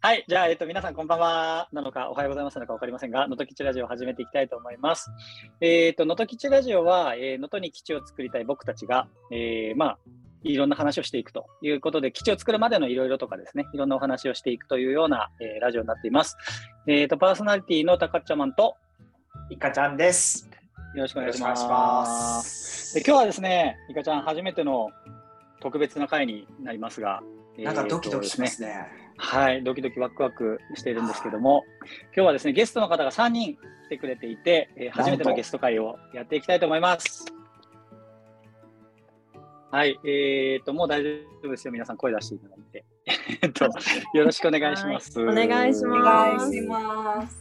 はい、じゃあ、皆さんこんばんはなのか、おはようございますなのか分かりませんが、能登吉ラジオを始めていきたいと思います。能登吉ラジオは、能登に基地を作りたい僕たちが、いろんな話をしていくということで、基地を作るまでのいろいろとかですね、いろんなお話をしていくというような、ラジオになっています。パーソナリティのたかっちゃまんと、 いかちゃんです。 よろしくお願いします。で、今日はですね、いかちゃん初めての特別な回になりますが、 なんかドキドキしますね。 はい、ドキドキワクワクしているんですけども、今日はですね、ゲストの方が3人来てくれていて、初めてのゲスト会をやっていきたいと思います。はい、もう大丈夫ですよ。皆さん声出していただいて。よろしくお願いします。 お願いします。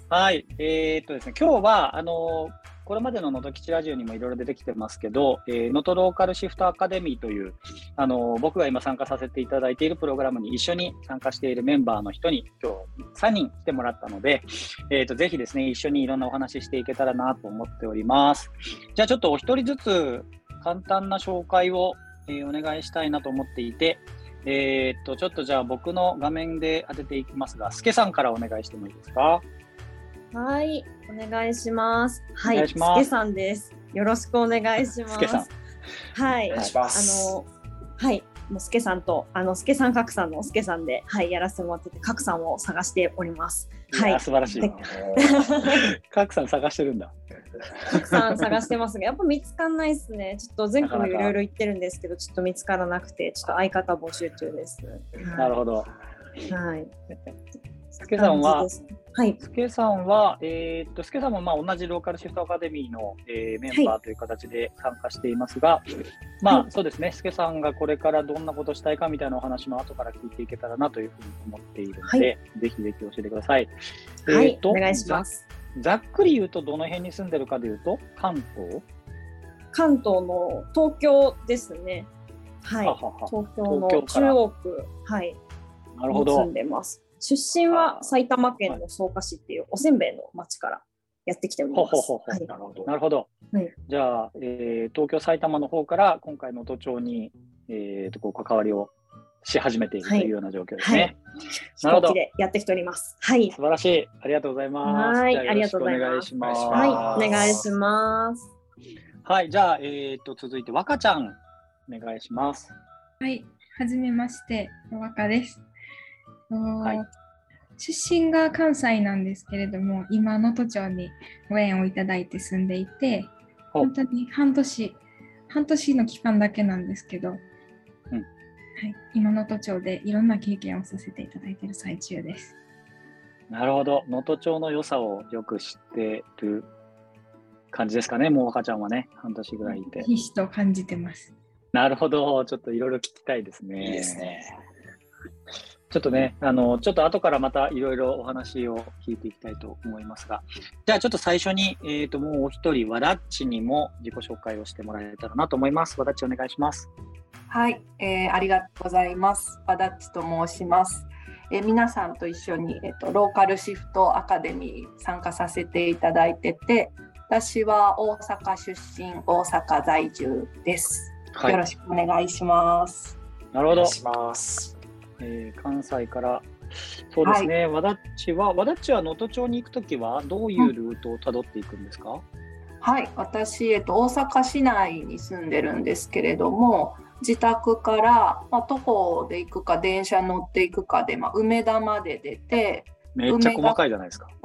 はい、ですね、今日は、これまでの能登吉ラジオにもいろいろ出てきてますけど、能登ローカルシフトアカデミーという、僕が今参加させていただいているプログラムに一緒に参加しているメンバーの人に今日3人来てもらったので、ぜひですね、一緒にいろんなお話ししていけたらなと思っております。じゃあちょっとお一人ずつ簡単な紹介を、お願いしたいなと思っていて、ちょっとじゃあ僕の画面で当てていきますが、すけさんからお願いしてもいいですか？ はい、お願いします。はい、すけさんです。よろしくお願いします。 すけさん。 はい、 お願いします。 はい、もうすけさんとすけさんかくさんのすけさんで、はい、やらせてもらってて、かくさんを探しております。はい、 素晴らしい。かくさん探してるんだ。 たくさん探してますが、やっぱ見つかんないですね。ちょっと全国いろいろ行ってるんですけど、ちょっと見つからなくて、ちょっと相方募集中です。 なるほど。 はい。 すけさんは、 はい。 すけさんも同じローカルシフトアカデミーの、メンバーという形で参加していますが、そうですね、すけさんがこれからどんなことをしたいかみたいなお話も後から聞いていけたらなというふうに思っているので、ぜひぜひ教えてください。 はい、お願いします。 ざっくり言うと、どの辺に住んでるかでいうと、関東の東京ですね。はい。東京の中央区、はい。 なるほど。 住んでます。出身は埼玉県の草加市っていうおせんべいの町からやってきております。 なるほど。じゃあ、東京、埼玉の方から今回能登町に、関わりをし始めているというような状況ですね。 飛行機でやってきております。はい。 素晴らしい。ありがとうございます。 はい、ありがとうございます。はい、お願いします。 はい、じゃあ、続いて若ちゃん、お願いします。 はい、はじめまして、若です。出身が関西なんですけれども、今能登町にご縁をいただいて住んでいて、本当に半年の期間だけなんですけど、はい、今能登町でいろんな経験をさせていただいている最中です。 なるほど。能登町の良さをよく知ってる感じですかね。もう若ちゃんはね、半年ぐらいいて。 ひしと感じてます。 なるほど。ちょっといろいろ聞きたいですね。 いいですね。 ちょっとね、ちょっと後からまたいろいろお話を聞いていきたいと思いますが、じゃあちょっと最初に、もうお一人、わだっちにも自己紹介をしてもらえたらなと思います。わだっちお願いします。 はい、ありがとうございます。わだっちと申します。皆さんと一緒に、ローカルシフトアカデミー参加させていただいてて、私は大阪出身、大阪在住です。はい、よろしくお願いします。 なるほど。 お願いします。 関西からそうですね、わだっちは能登町に行くときはどういうルートをたどっていくんですか？ はい、私、大阪市内に住んでるんですけれども、自宅から、徒歩で行くか電車乗っていくかで、梅田まで出て、 めっちゃ細かいじゃないですか。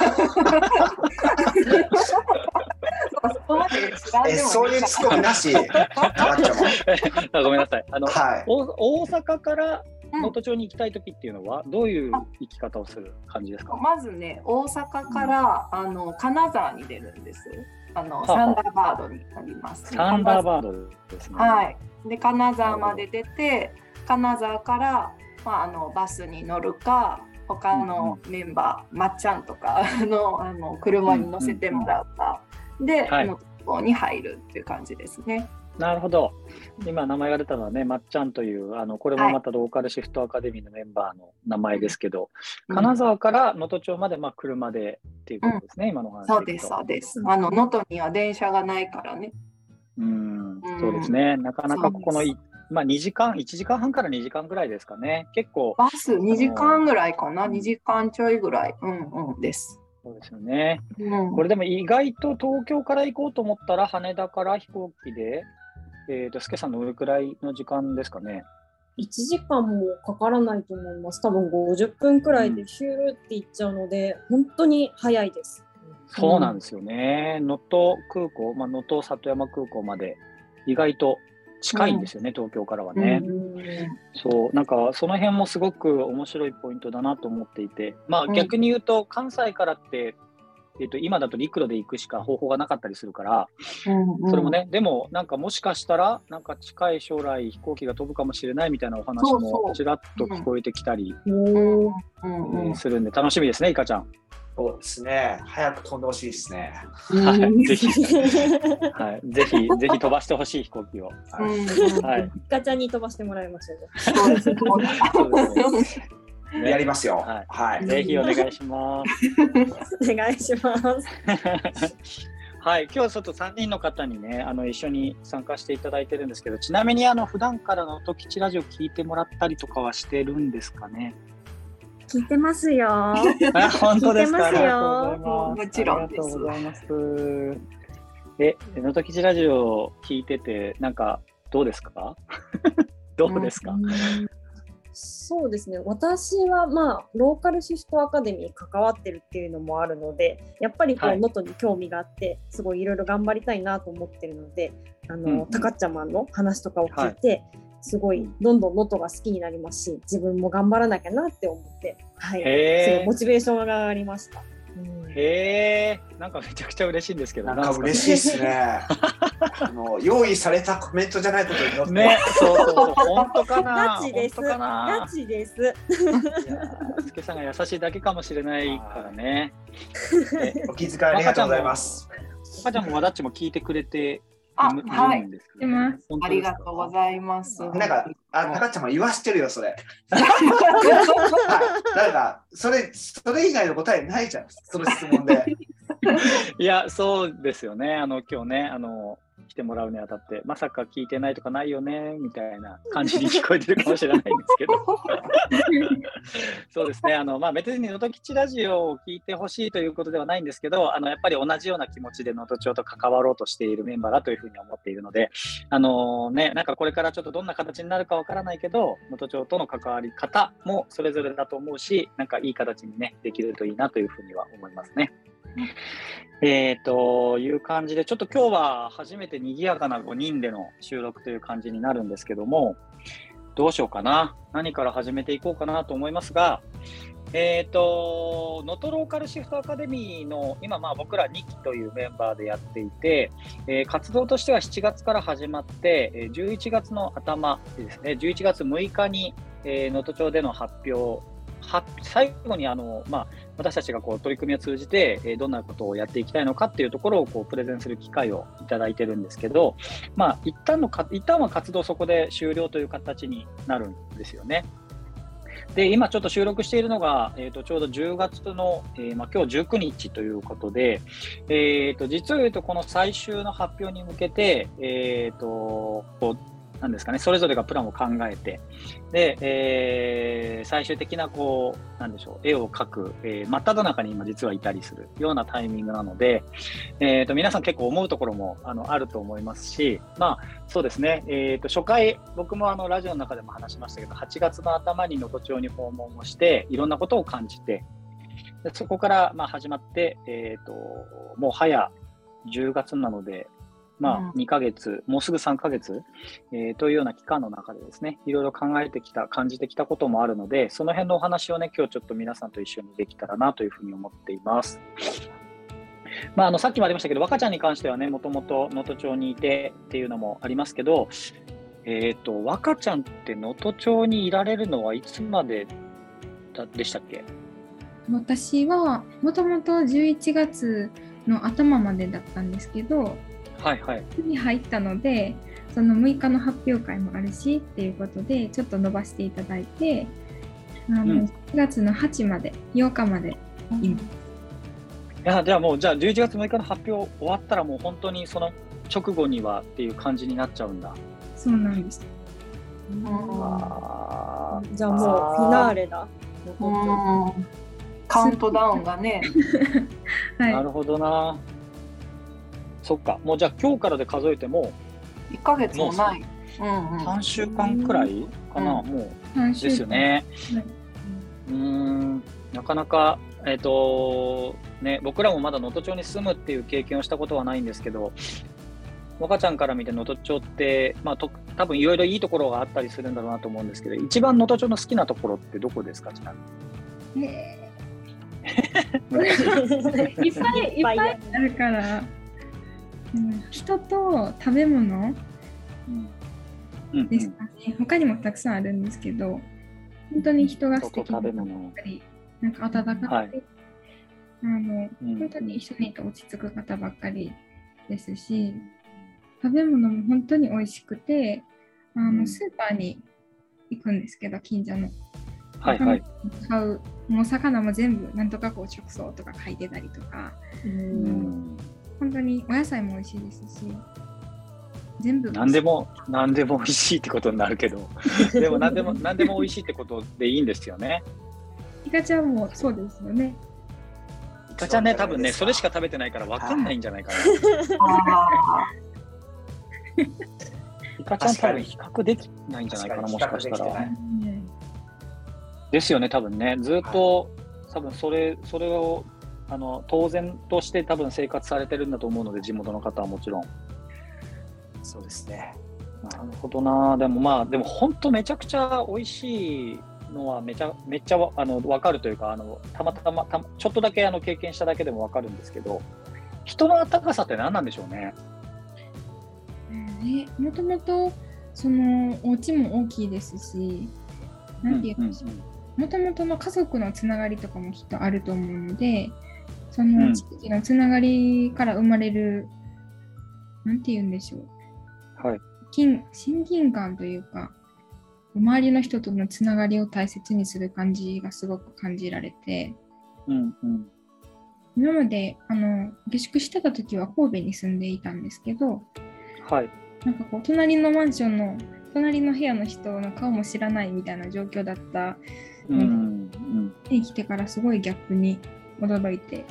そういうツッコミなし。 ごめんなさい。 はい、 大阪から能登町に行きたいときっていうのはどういう行き方をする感じですか？ まずね、大阪から金沢に出るんです。サンダーバードになります。 サンダーバードですね。 はい。で、金沢まで出て、金沢から、バスに乗るか、他のメンバー、まっちゃんとかの車に乗せてもらうか、で、能登に入るっていう感じですね。 なるほど。今名前が出たのはね、まっちゃんというこれもまたローカルシフトアカデミーのメンバーの名前ですけど、金沢から能登町まで車でっていうことですね、今の話。 そうですそうです。能登には電車がないからね。 そうですね。なかなかここの 2時間、1時間半から2時間ぐらいですかね。結構。 バス2時間ぐらいかな、2時間ちょいぐらい。です。 そうですよね。これでも意外と東京から行こうと思ったら、羽田から飛行機で、スケさんどれくらいの時間ですかね。 1時間もかからないと思います。多分50分くらいでヒューって行っちゃうので、本当に早いです。 そうなんですよね。能登空港、能登里山空港まで意外と近いんですよね、東京からはね。そう、なんかその辺もすごく面白いポイントだなと思っていて、逆に言うと関西からって、今だと陸路で行くしか方法がなかったりするから、それもね、でもなんかもしかしたらなんか近い将来飛行機が飛ぶかもしれないみたいなお話もちらっと聞こえてきたりするんで楽しみですね、いかちゃん。 そうですね。早く飛んでほしいですね。 はい、ぜひ、はい、ぜひ飛ばしてほしい飛行機を。 はい。ガチャに飛ばしてもらいましょう。 そうですね。やりますよ。 はい。ぜひお願いします。 お願いします。 はい、今日ちょっと3人の方にね、一緒に参加していただいてるんですけど、ちなみに普段からのときちラジオ聞いてもらったりとかはしてるんですかね。 聞いてますよ。 本当ですか。 聞いてますよ。 もちろんです。 ありがとうございます。のときちラジオ聞いてて、なんかどうですか？どうですか？ そうですね。私はローカルシフトアカデミーに関わってるっていうのもあるので、やっぱり能登に興味があって、すごいいろいろ頑張りたいなと思ってるので、たかっちゃまの話とかを聞いて、すごいどんどん能登が好きになりますし、自分も頑張らなきゃなって思って、すごいモチベーションが上がりました。 なんかめちゃくちゃ嬉しいんですけど。 なんか嬉しいですね。用意されたコメントじゃないことに祈って。 ね、そう本当かな。 ガチです。ガチです。 すけさんが優しいだけかもしれないからね。 お気遣いありがとうございます。 赤ちゃんもわだっちも聞いてくれて。 はい。ありがとうございます。 なんか、たかちゃんも言わしてるよ、それ。なんか、それ以外の答えないじゃん、その質問で。 いや、そうですよね。今日ね、来てもらうにあたって、まさか聞いてないとかないよねみたいな感じに聞こえてるかもしれないんですけどそうですね、別に能登吉ラジオを聞いてほしいということではないんですけど、やっぱり同じような気持ちで能登町と関わろうとしているメンバーだというふうに思っているので、なんかこれからちょっとどんな形になるかわからないけど、能登町との関わり方もそれぞれだと思うし、なんかいい形にねできるといいなというふうには思いますね。いう感じで、ちょっと今日は初めて賑やかな5人での収録という感じになるんですけども、どうしようかな、何から始めていこうかなと思いますが、能登ローカルシフトアカデミーの今僕ら2期というメンバーでやっていて、活動としては7月から始まって11月の頭ですね、11月6日に能登町での発表、最後に私たちが取り組みを通じてどんなことをやっていきたいのかっていうところをプレゼンする機会をいただいてるんですけど、一旦は活動そこで終了という形になるんですよね。で、今ちょっと収録しているのが、ちょうど10月の、今日19日ということで、実を言うとこの最終の発表に向けて、なんですかね、それぞれがプランを考えて、で、最終的ななんでしょう、絵を描く、真っ只中に今実はいたりするようなタイミングなので、皆さん結構思うところもあると思いますし、そうですね、初回僕もラジオの中でも話しましたけど、8月の頭に能登町に訪問をしていろんなことを感じて、でそこから始まって、もう早10月なので、2ヶ月、もうすぐ3ヶ月、というような期間の中でですね、いろいろ考えてきた、感じてきたこともあるので、その辺のお話をね、今日ちょっと皆さんと一緒にできたらなというふうに思っています。さっきもありましたけど、若ちゃんに関してはね、もともと能登町にいてっていうのもありますけど、若ちゃんって能登町にいられるのはいつまででしたっけ？ 私はもともと11月の頭までだったんですけど、に入ったので、その6日の発表会もあるしっていうことでちょっと伸ばしていただいて、4月の8まで8日までいます。 じゃあ11月6日の発表終わったらもう本当にその直後にはっていう感じになっちゃうんだ。 そうなんです。 じゃあもうフィナーレだ。 カウントダウンがね。 はい、 なるほどな。そっか、もうじゃあ今日からで数えても 1ヶ月もない。 3週間くらいかな、もうですよね。なかなか、ね、僕らもまだ能登町に住むっていう経験をしたことはないんですけど、若ちゃんから見て能登町って、多分いろいろいいところがあったりするんだろうなと思うんですけど、一番能登町の好きなところってどこですか、ちなみに。 いっぱいあるから、人と食べ物ですかね。他にもたくさんあるんですけど、本当に人が素敵なばっかり、なんか温かくて、はい、本当に一緒にいて落ち着く方ばっかりですし、食べ物も本当に美味しくて、スーパーに行くんですけど、近所の。買うもう魚も全部なんとかこう直送とか書いてたりとか、本当にお野菜も美味しいですし、全部何でも美味しいってことになるけどでも何でも美味しいってことでいいんですよね。 イカちゃんもそうですよね。 イカちゃんね、多分ねそれしか食べてないから分かんないんじゃないかな。イカちゃん多分比較できないんじゃないかな、もしかしたら。ですよね、多分ね、ずっと、多分それを当然として多分生活されてるんだと思うので、地元の方はもちろん。 そうですね。 なるほどな。でもでも本当めちゃくちゃ美味しいのはめっちゃ分かるというか、たまたまちょっとだけ経験しただけでも分かるんですけど、人の温かさって何なんでしょうね。 もともとそのお家も大きいですし、なんていうんでしょう。もともとの家族のつながりとかもきっとあると思うので、その地域のつながりから生まれる、なんて言うんでしょう、 はい、 親近感というか、周りの人とのつながりを大切にする感じがすごく感じられて、今まで下宿してた時は神戸に住んでいたんですけど、 はい、 なんかこう隣のマンションの隣の部屋の人の顔も知らないみたいな状況だった生きてからすごい逆に驚いて。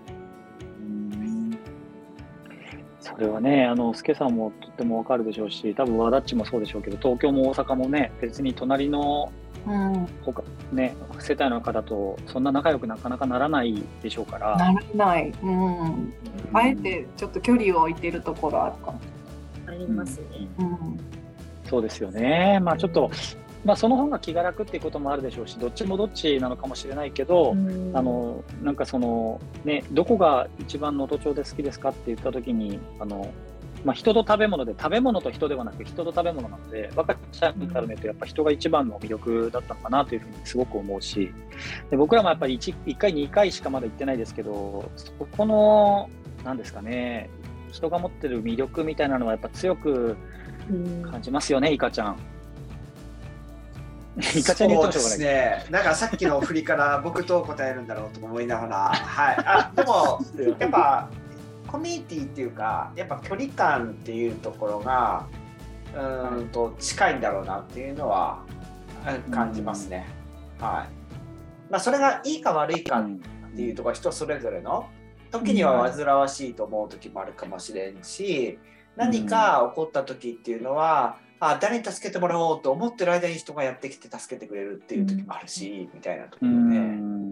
それはね、スケさんもとってもわかるでしょうし、多分和田っちもそうでしょうけど、東京も大阪もね、別に隣のね、世帯の方とそんな仲良くなかなかならないでしょうから。 ならない。あえてちょっと距離を置いてるところあるかも。 ありますね。 そうですよね。ちょっとその方が気が楽っていうこともあるでしょうし、どっちもどっちなのかもしれないけど、なんかね、どこが一番能登町で好きですかって言った時に、人と食べ物で、食べ物と人ではなく人と食べ物なので、若ちゃんから見るとやっぱ人が一番の魅力だったのかなというふうにすごく思うし、で僕らもやっぱり 1回2回しかまだ行ってないですけど、そこのなんですかね、人が持ってる魅力みたいなのはやっぱ強く感じますよね、イカちゃん。 そうですね。なんかさっきの振りから僕どう答えるんだろうと思いながら、はい。でもやっぱコミュニティっていうか、やっぱ距離感っていうところが近いんだろうなっていうのは感じますね。はい。それがいいか悪いかっていうところは人それぞれの時には煩わしいと思う時もあるかもしれんし、何か起こった時っていうのは。誰に助けてもらおうと思ってる間に人がやってきて助けてくれるっていう時もあるし、みたいなところで、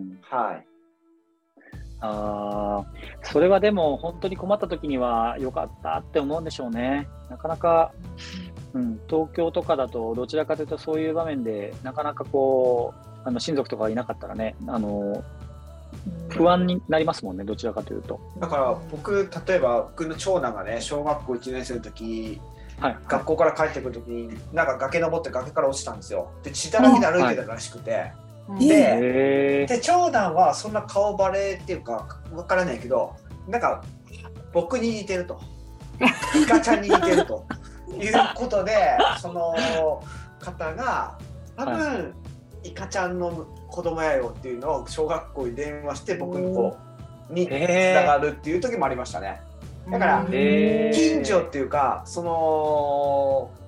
はい。それはでも本当に困った時には良かったって思うんでしょうね。なかなか、東京とかだとどちらかというとそういう場面でなかなかこう親族とかがいなかったらね、不安になりますもんね、どちらかというと。 だから例えば僕の長男がね、小学校1年生の時、学校から帰ってくるときになんか崖登って崖から落ちたんですよ。で血だらけで歩いてたらしくて、で長男はそんな顔バレっていうかわからないけど、なんか僕に似てると、イカちゃんに似てるということで、その方が多分イカちゃんの子供やよっていうのを小学校に電話して僕ににつながるっていう時もありましたね。だから近所っていうか、その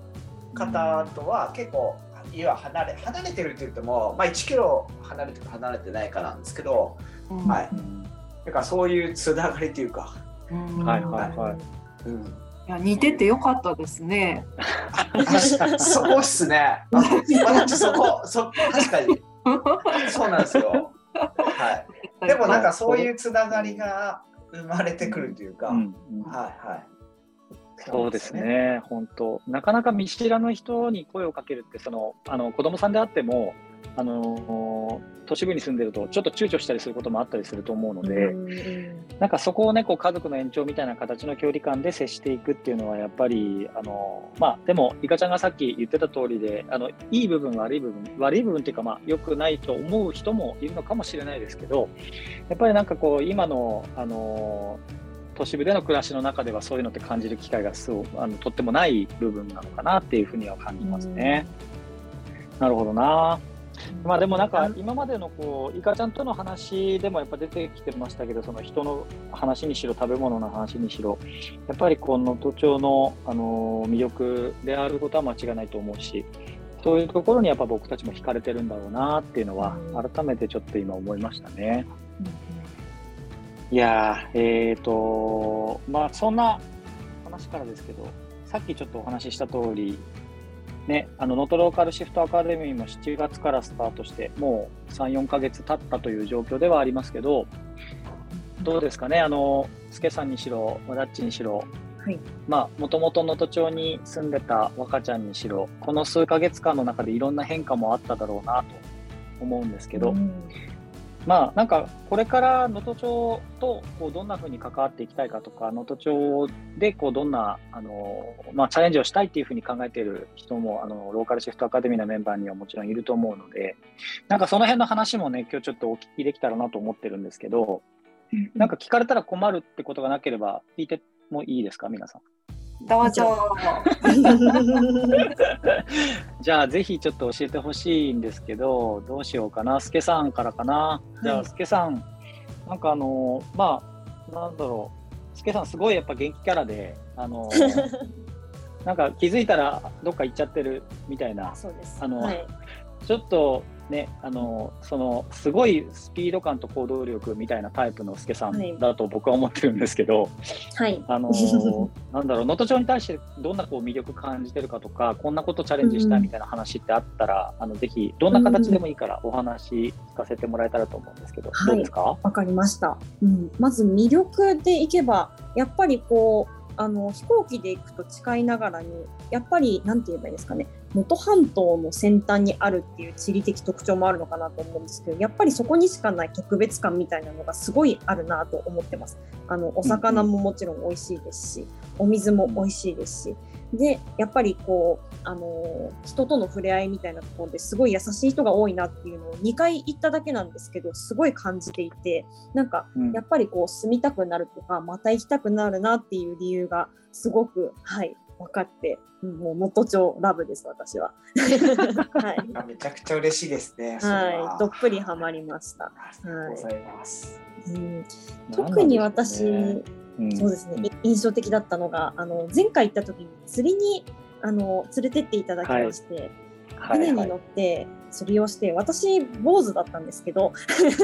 方とは結構家は離れてるって言っても、1キロ離れてないかなんですけど、はい。だからそういうつながりというか、 はいはいはい。 いや似ててよかったですね。 そこっすね。そこ確かにそうなんですよ。はい。でもなんかそういうつながりが生まれてくるというか、はいはい。 そうですね、本当なかなか見知らぬ人に声をかけるって子供さんであっても都市部に住んでるとちょっと躊躇したりすることもあったりすると思うので、なんかそこをねこう家族の延長みたいな形の距離感で接していくっていうのはやっぱりでもいかちゃんがさっき言ってた通りでいい部分悪い部分っていうか良くないと思う人もいるのかもしれないですけど、やっぱりなんかこう今の都市部での暮らしの中ではそういうのって感じる機会がとってもない部分なのかなっていうふうには感じますね。なるほどな。でもなんか今までのいかちゃんとの話でもやっぱ出てきてましたけど、その人の話にしろ食べ物の話にしろやっぱりこの能登町の、魅力であることは間違いないと思うし、そういうところにやっぱ僕たちも惹かれてるんだろうなっていうのは改めてちょっと今思いましたね。いやそんな話からですけど、さっきちょっとお話しした通りね、能登ローカルシフトアカデミーも7月からスタートしてもう 3,4 ヶ月経ったという状況ではありますけど、どうですかね、スケさんにしろわだっちにしろ、もともと能登町に住んでた若ちゃんにしろ、この数ヶ月間の中でいろんな変化もあっただろうなと思うんですけど、なんかこれから能登町とどんなふうに関わっていきたいかとか、能登町でどんなチャレンジをしたいっていうふうに考えている人もローカルシフトアカデミーのメンバーにはもちろんいると思うので、なんかその辺の話もね今日ちょっとお聞きできたらなと思ってるんですけど、なんか聞かれたら困るってことがなければ聞いてもいいですか皆さん。 どうぞ。 じゃあぜひちょっと教えてほしいんですけど、どうしようかな。スケさんからかな。じゃあスケさん、なんかなんだろう、スケさんすごいやっぱ元気キャラでなんか気づいたらどっか行っちゃってるみたいな。 そうです。 ちょっとね、すごいスピード感と行動力みたいなタイプのスケさんだと僕は思ってるんですけど、なんだろう、能登町に対してどんな魅力感じてるかとか、こんなことチャレンジしたいみたいな話ってあったら、ぜひどんな形でもいいからお話聞かせてもらえたらと思うんですけど、どうですか？ わかりました。まず魅力でいけば、やっぱり飛行機で行くと近いながらにやっぱりなんて言えばいいですかね、能登半島の先端にあるっていう地理的特徴もあるのかなと思うんですけど、やっぱりそこにしかない特別感みたいなのがすごいあるなと思ってます。お魚ももちろん美味しいですし、お水も美味しいですし、でやっぱり人との触れ合いみたいなところですごい優しい人が多いなっていうのを2回行っただけなんですけどすごい感じていて、なんかやっぱり住みたくなるとかまた行きたくなるなっていう理由がすごく分かって、もう能登町ラブです私は。 めちゃくちゃ嬉しいですね。 どっぷりハマりました。 ありがとうございます。 特に私、そうですね、印象的だったのが前回行った時に釣りに連れてっていただきまして、船に乗って釣りをして、私坊主だったんですけど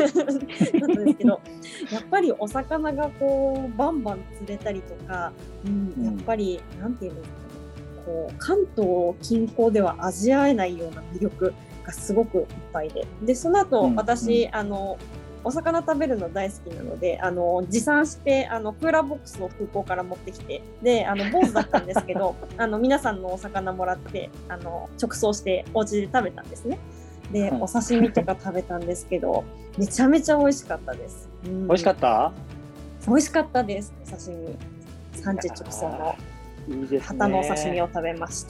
やっぱりお魚がバンバン釣れたりとか、やっぱりなんていうんですかね、関東近郊では味わえないような魅力がすごくいっぱいで、その後私お魚食べるの大好きなので持参してクーラーボックスを空港から持ってきて、で坊主だったんですけど皆さんのお魚もらって直送してお家で食べたんですね。でお刺身とか食べたんですけどめちゃめちゃ美味しかったです。 美味しかった？ 美味しかったです。お刺身産地直送の旗のお刺身を食べました。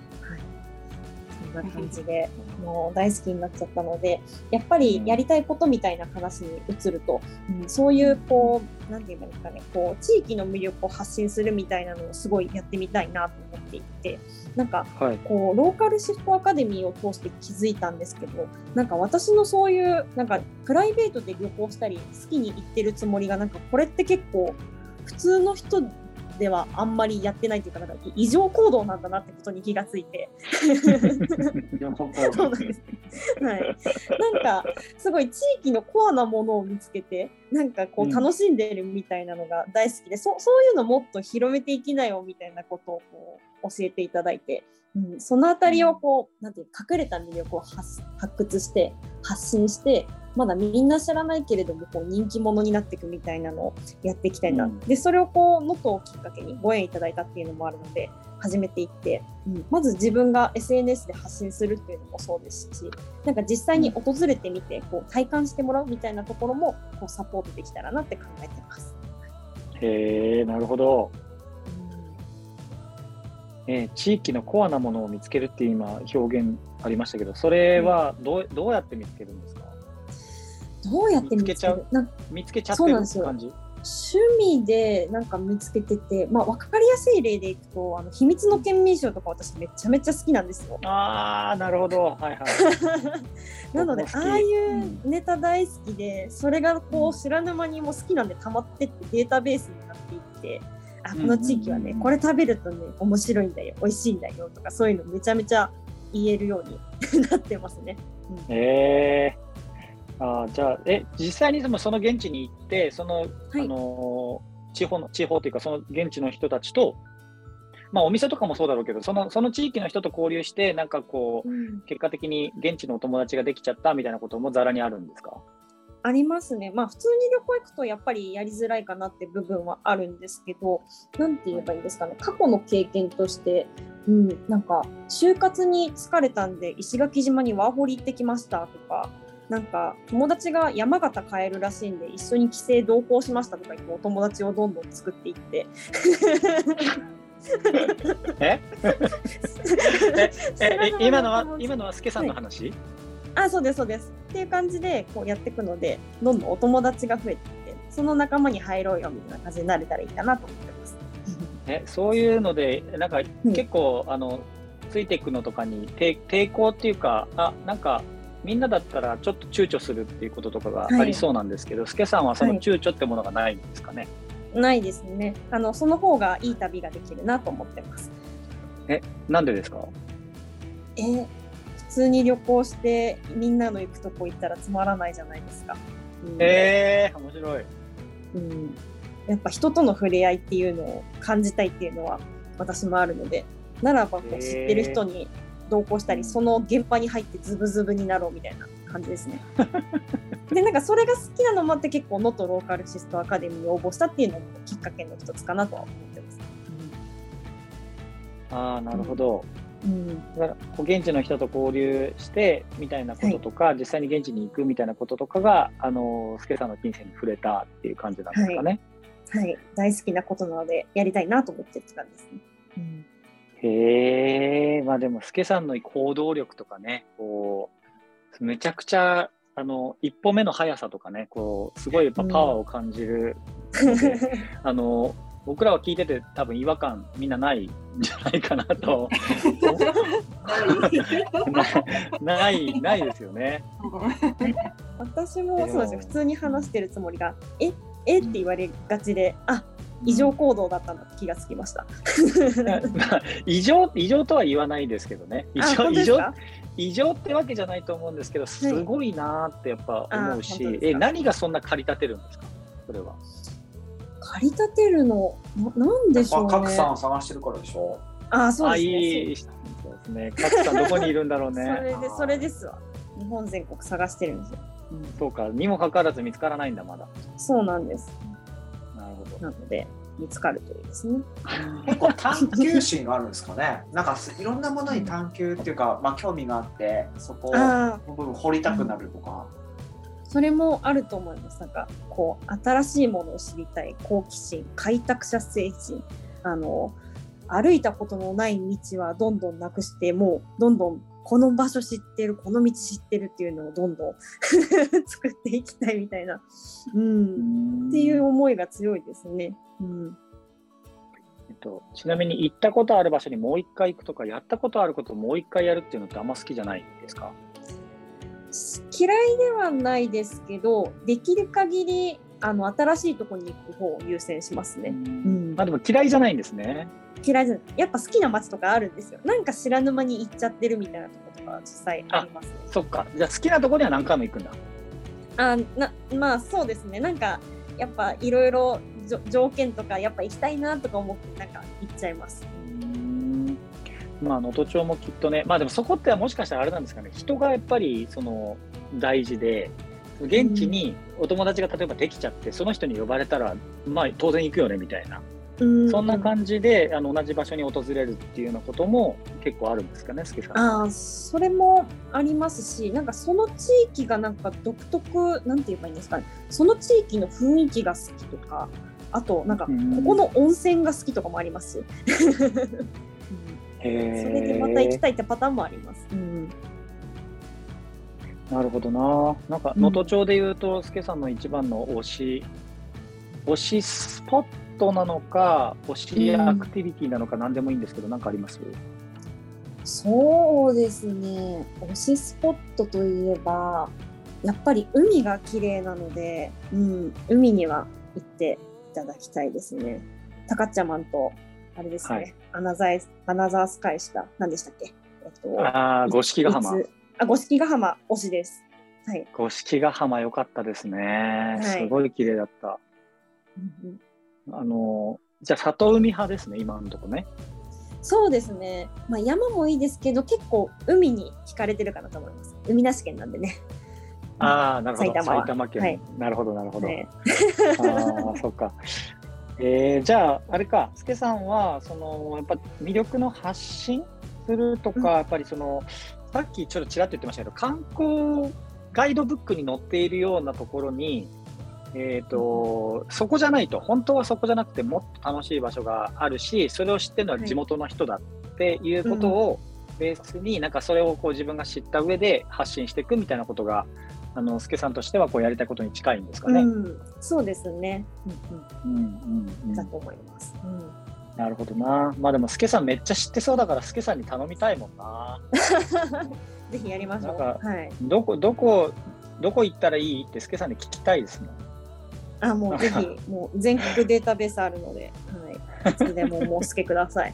そんな感じでもう大好きになっちゃったので、やっぱりやりたいことみたいな話に移ると、そういうなんていうんですかね、地域の魅力を発信するみたいなのをすごいやってみたいなと思っていて、なんかローカルシフトアカデミーを通して気づいたんですけど、なんか私のそういうなんかプライベートで旅行したり好きに行ってるつもりが、なんかこれって結構普通の人ではあんまりやってないというか、なんか異常行動なんだなってことに気がついてそうなんです、はい、なんかすごい地域のコアなものを見つけて、なんかこう楽しんでるみたいなのが大好きで、そういうのもっと広めていきなよみたいなことをこう教えていただいて、そのあたりをこうなんていう隠れた魅力を発掘して発信して、まだみんな知らないけれどもこう人気者になっていくみたいなのをやっていきたいな、でそれをこう能登をきっかけにご縁いただいたっていうのもあるので始めていって、まず自分が SNS で発信するっていうのもそうですし、なんか実際に訪れてみてこう体感してもらうみたいなところもこうサポートできたらなって考えてます。 へー、なるほど。地域のコアなものを見つけるっていう今表現ありましたけど、それはどうやって見つけるんですか？ どうやって見つける？ 見つけちゃってる感じ？ 趣味でなんか見つけてて、分かりやすい例でいくと秘密の県民賞とか私めちゃめちゃ好きなんですよ。 あー、なるほど、はいはいなのでああいうネタ大好きで、それがこう知らぬ間にも好きなんで溜まってってデータベースになっていって、この地域はね、これ食べるとね面白いんだよ、美味しいんだよとか、そういうのめちゃめちゃ言えるようになってますね。 じゃあ実際にその現地に行ってその、地方というかその現地の人たちと、お店とかもそうだろうけど、その地域の人と交流して、なんかこう、結果的に現地のお友達ができちゃったみたいなこともざらにあるんですか？ ありますね。普通に旅行行くとやっぱりやりづらいかなって部分はあるんですけど、なんて言えばいいんですかね、過去の経験として、なんか就活に疲れたんで石垣島にワーホリ行ってきましたとか、なんか友達が山形帰るらしいんで一緒に帰省同行しましたとか言ってお友達をどんどん作っていって今のはスケさんの話？ そうですそうですっていう感じでこうやっていくので、どんどんお友達が増えていって、その仲間に入ろうよみたいな感じになれたらいいかなと思ってます。 そういうのでなんか結構、ついていくのとかに抵抗っていうか、なんかみんなだったらちょっと躊躇するっていうこととかがありそうなんですけど、スケさんはその躊躇ってものがないんですかね？ ないですね。その方がいい旅ができるなと思ってます。 なんでですか？ 普通に旅行してみんなの行くとこ行ったらつまらないじゃないですか。 面白い。 やっぱ人との触れ合いっていうのを感じたいっていうのは私もあるので、ならばこう知ってる人に同行したり、その現場に入ってズブズブになろうみたいな感じですね。でなんかそれが好きなのもあって、結構能登ローカルシストアカデミーに応募したっていうのもきっかけの一つかなとは思ってます。 なるほど。だから現地の人と交流してみたいなこととか、実際に現地に行くみたいなこととかがスケさんの人生に触れたっていう感じなんですかね？ はい、大好きなことなのでやりたいなと思ってるって感じですね。 へー、でもスケさんの行動力とかね、こうめちゃくちゃ一歩目の速さとかね、こうすごいやっぱパワーを感じるので、僕らは聞いてて多分違和感みんなないんじゃないかなとないですよね。 私もそうですよ。普通に話してるつもりがって言われがちで、異常行動だったんだって気がつきました。 異常とは言わないですけどね。異常ってわけじゃないと思うんですけど、すごいなってやっぱ思うし、何がそんな駆り立てるんですか？それは。 駆り立てるのなんでしょうね。 格さん探してるからでしょ。 そうですね。 いいですね。格さんどこにいるんだろうね。 それですわ。日本全国探してるんですよ。 そうか。にもかかわらず見つからないんだまだ。 そうなんです。 なるほど。 なので見つかるといいですね。 結構探求心があるんですかね。なんかいろんなものに探求っていうか、興味があってそこの部分掘りたくなるとか。 それもあると思います。なんかこう新しいものを知りたい好奇心、開拓者精神、歩いたことのない道はどんどんなくして、もうどんどんこの場所知ってる、この道知ってるっていうのをどんどん作っていきたいみたいな、っていう思いが強いですね。 ちなみに行ったことある場所にもう一回行くとか、やったことあることをもう一回やるっていうのってあんま好きじゃないですか？ 嫌いではないですけど、できる限り新しいところに行く方を優先しますね。 まあでも嫌いじゃないんですね。 嫌いじゃない。やっぱ好きな街とかあるんですよ。なんか知らぬ間に行っちゃってるみたいなところとか実際ありますね。 そっか。じゃあ好きなところには何回も行くんだ。 まあそうですね。なんかやっぱいろいろ条件とかやっぱ行きたいなとか思ってなんか行っちゃいます。 まあ能登町もきっとね、まあでもそこってもしかしたらあれなんですかね。人がやっぱりその大事で、現地にお友達が例えばできちゃって、その人に呼ばれたらまあ当然行くよねみたいな。そんな感じで同じ場所に訪れるっていうようなことも結構あるんですかね、すけさん。 それもありますし、なんかその地域がなんか独特なんて言えばいいんですかね。その地域の雰囲気が好きとか、あとなんかここの温泉が好きとかもありますし、それでまた行きたいってパターンもあります。 なるほどな。なんか能登町でいうと、すけさんの一番の推しスポットなのか、推しアクティビティなのか、何でもいいんですけど、何かあります？ そうですね。推しスポットといえば、やっぱり海が綺麗なので、海には行っていただきたいですね。タカッチャマンとあれですね。アナザースカイした何でしたっけ？ 五色ヶ浜。 五色ヶ浜推しです。はい。 五色ヶ浜良かったですね。すごい綺麗だった。じゃあ里海派ですね、今のとこね。 そうですね。まあ山もいいですけど、結構海に惹かれてるかなと思います。海なし県なんでね。 なるほど。埼玉県。はい、なるほど。そっか。じゃああれか、すけさんはやっぱ魅力の発信するとか、やっぱりさっきちょっとちらっと言ってましたけど、観光ガイドブックに載っているようなところに、そこじゃないと、本当はそこじゃなくてもっと楽しい場所があるし、それを知ってるのは地元の人だっていうことをベースに、なんかそれをこう自分が知った上で発信していくみたいなことが、すけさんとしてはこうやりたいことに近いんですかね。 そうですね。だと思います。 なるほどな。まあでもすけさんめっちゃ知ってそうだから、すけさんに頼みたいもんな。 ぜひやりましょう。 なんか、どこ行ったらいいってすけさんに聞きたいですもん。 もうぜひもう全国データベースあるので、いつでも申し付けください。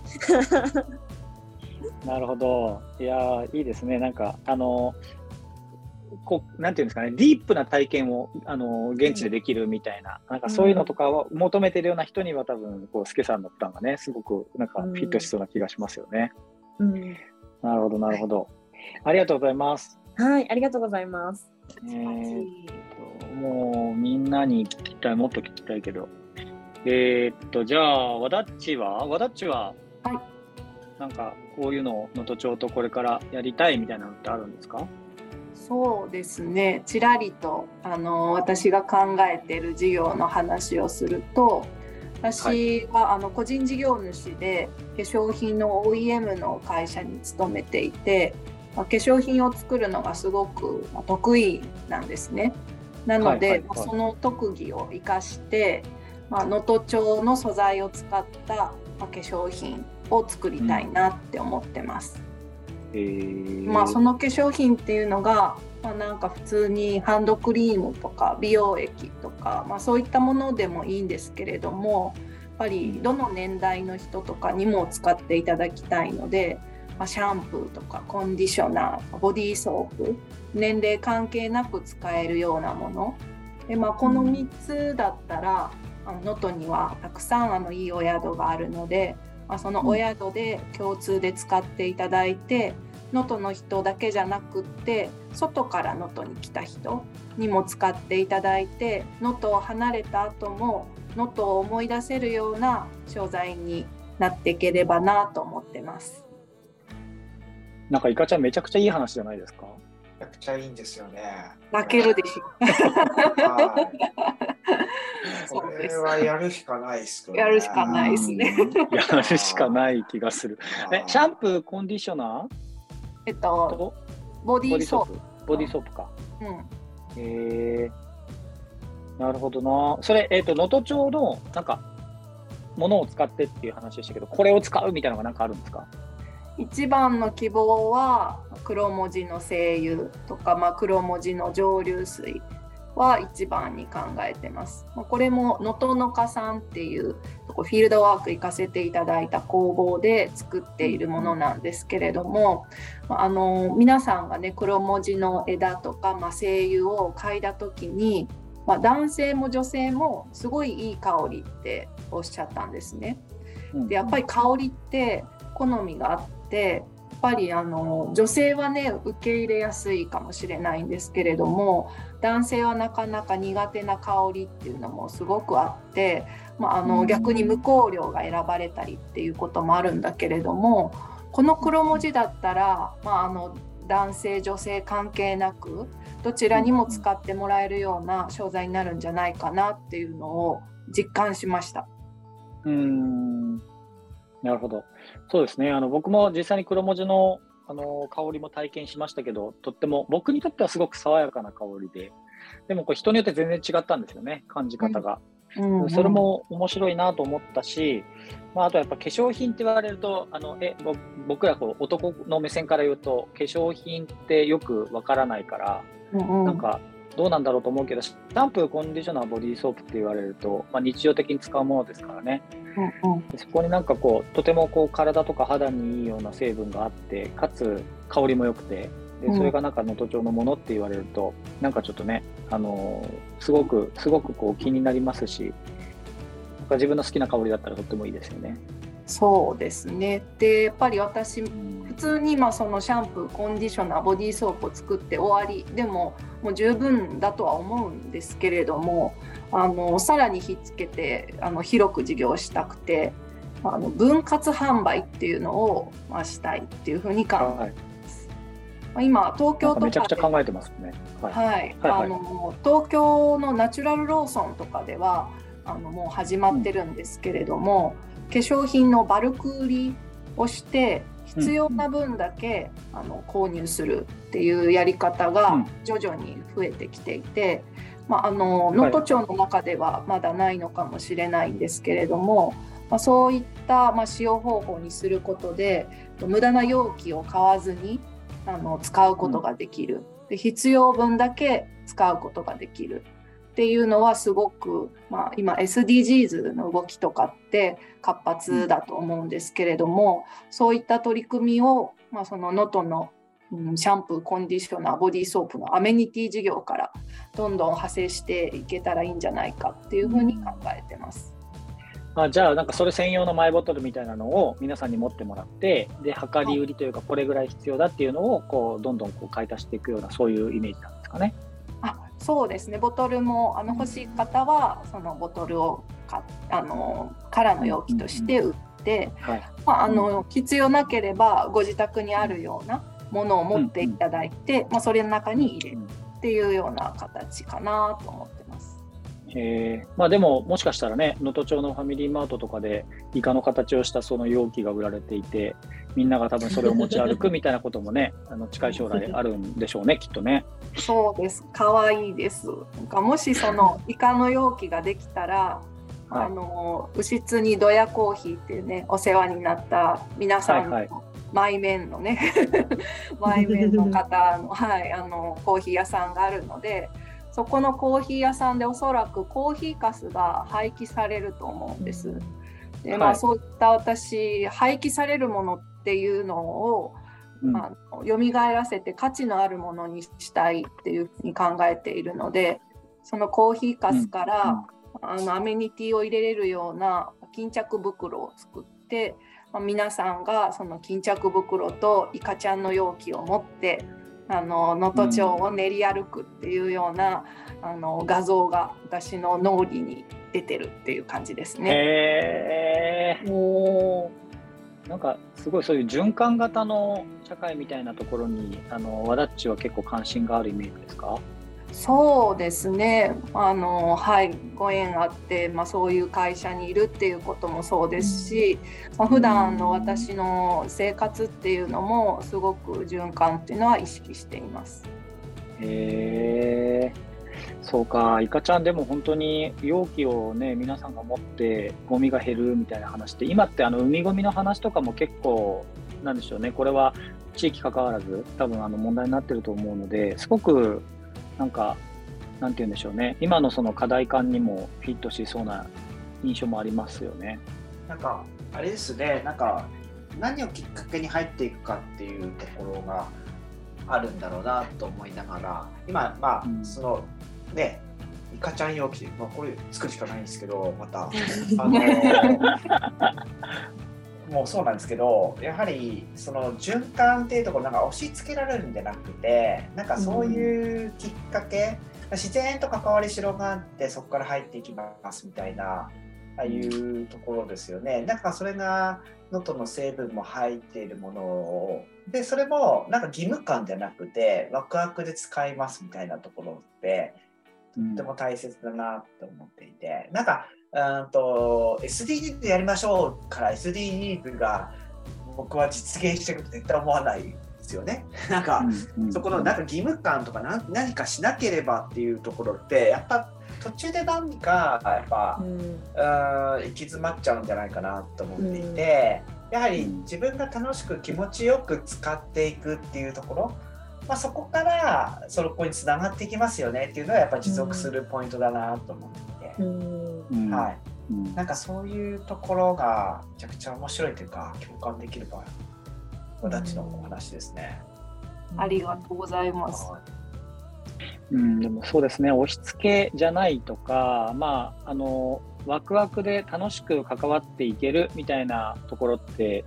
なるほど。いやいいですね。なんかなんていうんですかね、ディープな体験を現地でできるみたいな、なんかそういうのとかを求めてるような人には多分すけさんのプランがね、すごくなんかフィットしそうな気がしますよね。なるほど。ありがとうございます。 はい、ありがとうございます。 もうみんなに聞きたい、もっと聞きたいけど、じゃあわだっちは、なんかこういうのを能登町とこれからやりたいみたいなのってあるんですか？ そうですね、ちらりと私が考えている事業の話をすると、私は個人事業主で化粧品の OEM の会社に勤めていて、化粧品を作るのがすごく得意なんですね。なので、その特技を生かして能登町の素材を使った化粧品を作りたいなって思ってます。その化粧品っていうのが、なんか普通にハンドクリームとか美容液とか、そういったものでもいいんですけれども、やっぱりどの年代の人とかにも使っていただきたいので、シャンプーとかコンディショナー、ボディーソープ、年齢関係なく使えるようなもので、この3つだったら能登にはたくさんいいお宿があるので、そのお宿で共通で使っていただいて、能登の人だけじゃなくって外から能登に来た人にも使っていただいて、能登を離れた後も能登を思い出せるような商材になっていければなと思ってます。 なんかいかちゃんめちゃくちゃいい話じゃないですか？ めちゃくちゃいいんですよね。 泣けるでしょ。 これはやるしかないですね。 やるしかないですね。 やるしかない気がする。シャンプー、コンディショナー？ ボディーソープ。 ボディーソープか。なるほどな。それ能登町のなんかものを使ってっていう話でしたけど、これを使うみたいなのがなんかあるんですか？ 一番の希望は黒文字の精油とか、黒文字の蒸留水は一番に考えてます。これも能登の家さんっていうフィールドワーク行かせていただいた工房で作っているものなんですけれども、皆さんがね黒文字の枝とか、精油を嗅いだ時に、男性も女性もすごいいい香りっておっしゃったんですね。でやっぱり香りって好みがあって、やっぱり女性はね受け入れやすいかもしれないんですけれども、男性はなかなか苦手な香りっていうのもすごくあって、逆に無香料が選ばれたりっていうこともあるんだけれども、この黒文字だったら、男性女性関係なくどちらにも使ってもらえるような商材になるんじゃないかなっていうのを実感しました。 なるほど。そうですね。僕も実際に黒文字の、香りも体験しましたけど、とっても僕にとってはすごく爽やかな香りで、でもこれ人によって全然違ったんですよね、感じ方が。それも面白いなと思ったし、あとやっぱ化粧品って言われると、僕ら男の目線から言うと化粧品ってよくわからないから、なんかどうなんだろうと思うけど、シャンプー、コンディショナー、ボディーソープって言われると、日常的に使うものですからね。でそこになんかとても体とか肌にいいような成分があって、かつ香りも良くて、でそれがなんか能登町のものって言われると、なんかちょっとね、すごく気になりますし、なんか自分の好きな香りだったらとってもいいですよね。 そうですね。でやっぱり私普通にそのシャンプー、コンディショナー、ボディーソープを作って終わりでももう十分だとは思うんですけれども、さらにひっつけて広く事業したくて、分割販売っていうのをしたいっていうふうに考えてます。今東京とかでめちゃくちゃ考えてますね。 東京のナチュラルローソンとかではもう始まってるんですけれども、化粧品のバルク売りをして必要な分だけ購入するっていうやり方が徐々に増えてきていて、能登町の中ではまだないのかもしれないんですけれども、そういった使用方法にすることで無駄な容器を買わずに使うことができる、で必要分だけ使うことができるっていうのはすごく、今 SDGs の動きとかって活発だと思うんですけれども、そういった取り組みを、その能登のシャンプー、コンディショナー、ボディーソープのアメニティ事業からどんどん派生していけたらいいんじゃないかっていうふうに考えてます。 じゃあなんかそれ専用のマイボトルみたいなのを皆さんに持ってもらって、で量り売りというかこれぐらい必要だっていうのをどんどん買い足していくような、そういうイメージなんですかね。 そうですね。ボトルも欲しい方はそのボトルを空の容器として売って、必要なければご自宅にあるようなものを持っていただいて、それの中に入れるっていうような形かなと思ってます。 でももしかしたらね、能登町のファミリーマートとかでイカの形をしたその容器が売られていて、みんなが多分それを持ち歩くみたいなこともね近い将来あるんでしょうねきっとね。 そうです。可愛いです。もしそのイカの容器ができたら、牛津にドヤコーヒーっていうね、お世話になった皆さんの前面のね前面の方のコーヒー屋さんがあるので、そこのコーヒー屋さんでおそらくコーヒーかすが廃棄されると思うんです。でそういった私廃棄されるものっていうのを、蘇らせて価値のあるものにしたいっていうふうに考えているので、そのコーヒーかすから、アメニティを入れれるような巾着袋を作って、皆さんがその巾着袋とイカちゃんの容器を持って能登町を練り歩くっていうような、画像が私の脳裏に出てるっていう感じですね。 なんかすごいそういう循環型の社会みたいなところにワダッチは結構関心があるイメージですか？ そうですね。ご縁あって、そういう会社にいるっていうこともそうですし、普段の私の生活っていうのもすごく循環っていうのは意識しています。 そうか。イカちゃんでも本当に容器をね皆さんが持ってゴミが減るみたいな話って、今って海ゴミの話とかも結構なんでしょうね、これは地域関わらず多分問題になってると思うので、すごくなんかなんて言うんでしょうね、今のその課題感にもフィットしそうな印象もありますよね。 なんかあれですね、なんか何をきっかけに入っていくかっていうところがあるんだろうなと思いながら、今そのね、イカちゃん容器、これ作るしかないんですけど、またもうそうなんですけど、やはりその循環っていうところなんか押し付けられるんじゃなくて、なんかそういうきっかけ、自然と関わりしろがあってそこから入っていきますみたいな、ああいうところですよね。なんかそれが能登の成分も入っているものを、でそれもなんか義務感じゃなくてワクワクで使いますみたいなところってとっても大切だなと思っていて、なんかSDGs やりましょうから SDGs が僕は実現していくと絶対思わないですよね。なんか、そこのなんか義務感とか何かしなければっていうところってやっぱ途中で何かやっぱ、行き詰まっちゃうんじゃないかなと思っていて、やはり自分が楽しく気持ちよく使っていくっていうところ、そこからそこにつながっていきますよねっていうのはやっぱ持続するポイントだなと思っていて、なんかそういうところがめちゃくちゃ面白いというか共感できる私のお話ですね。 ありがとうございます。 でもそうですね、押し付けじゃないとか、ワクワクで楽しく関わっていけるみたいなところって、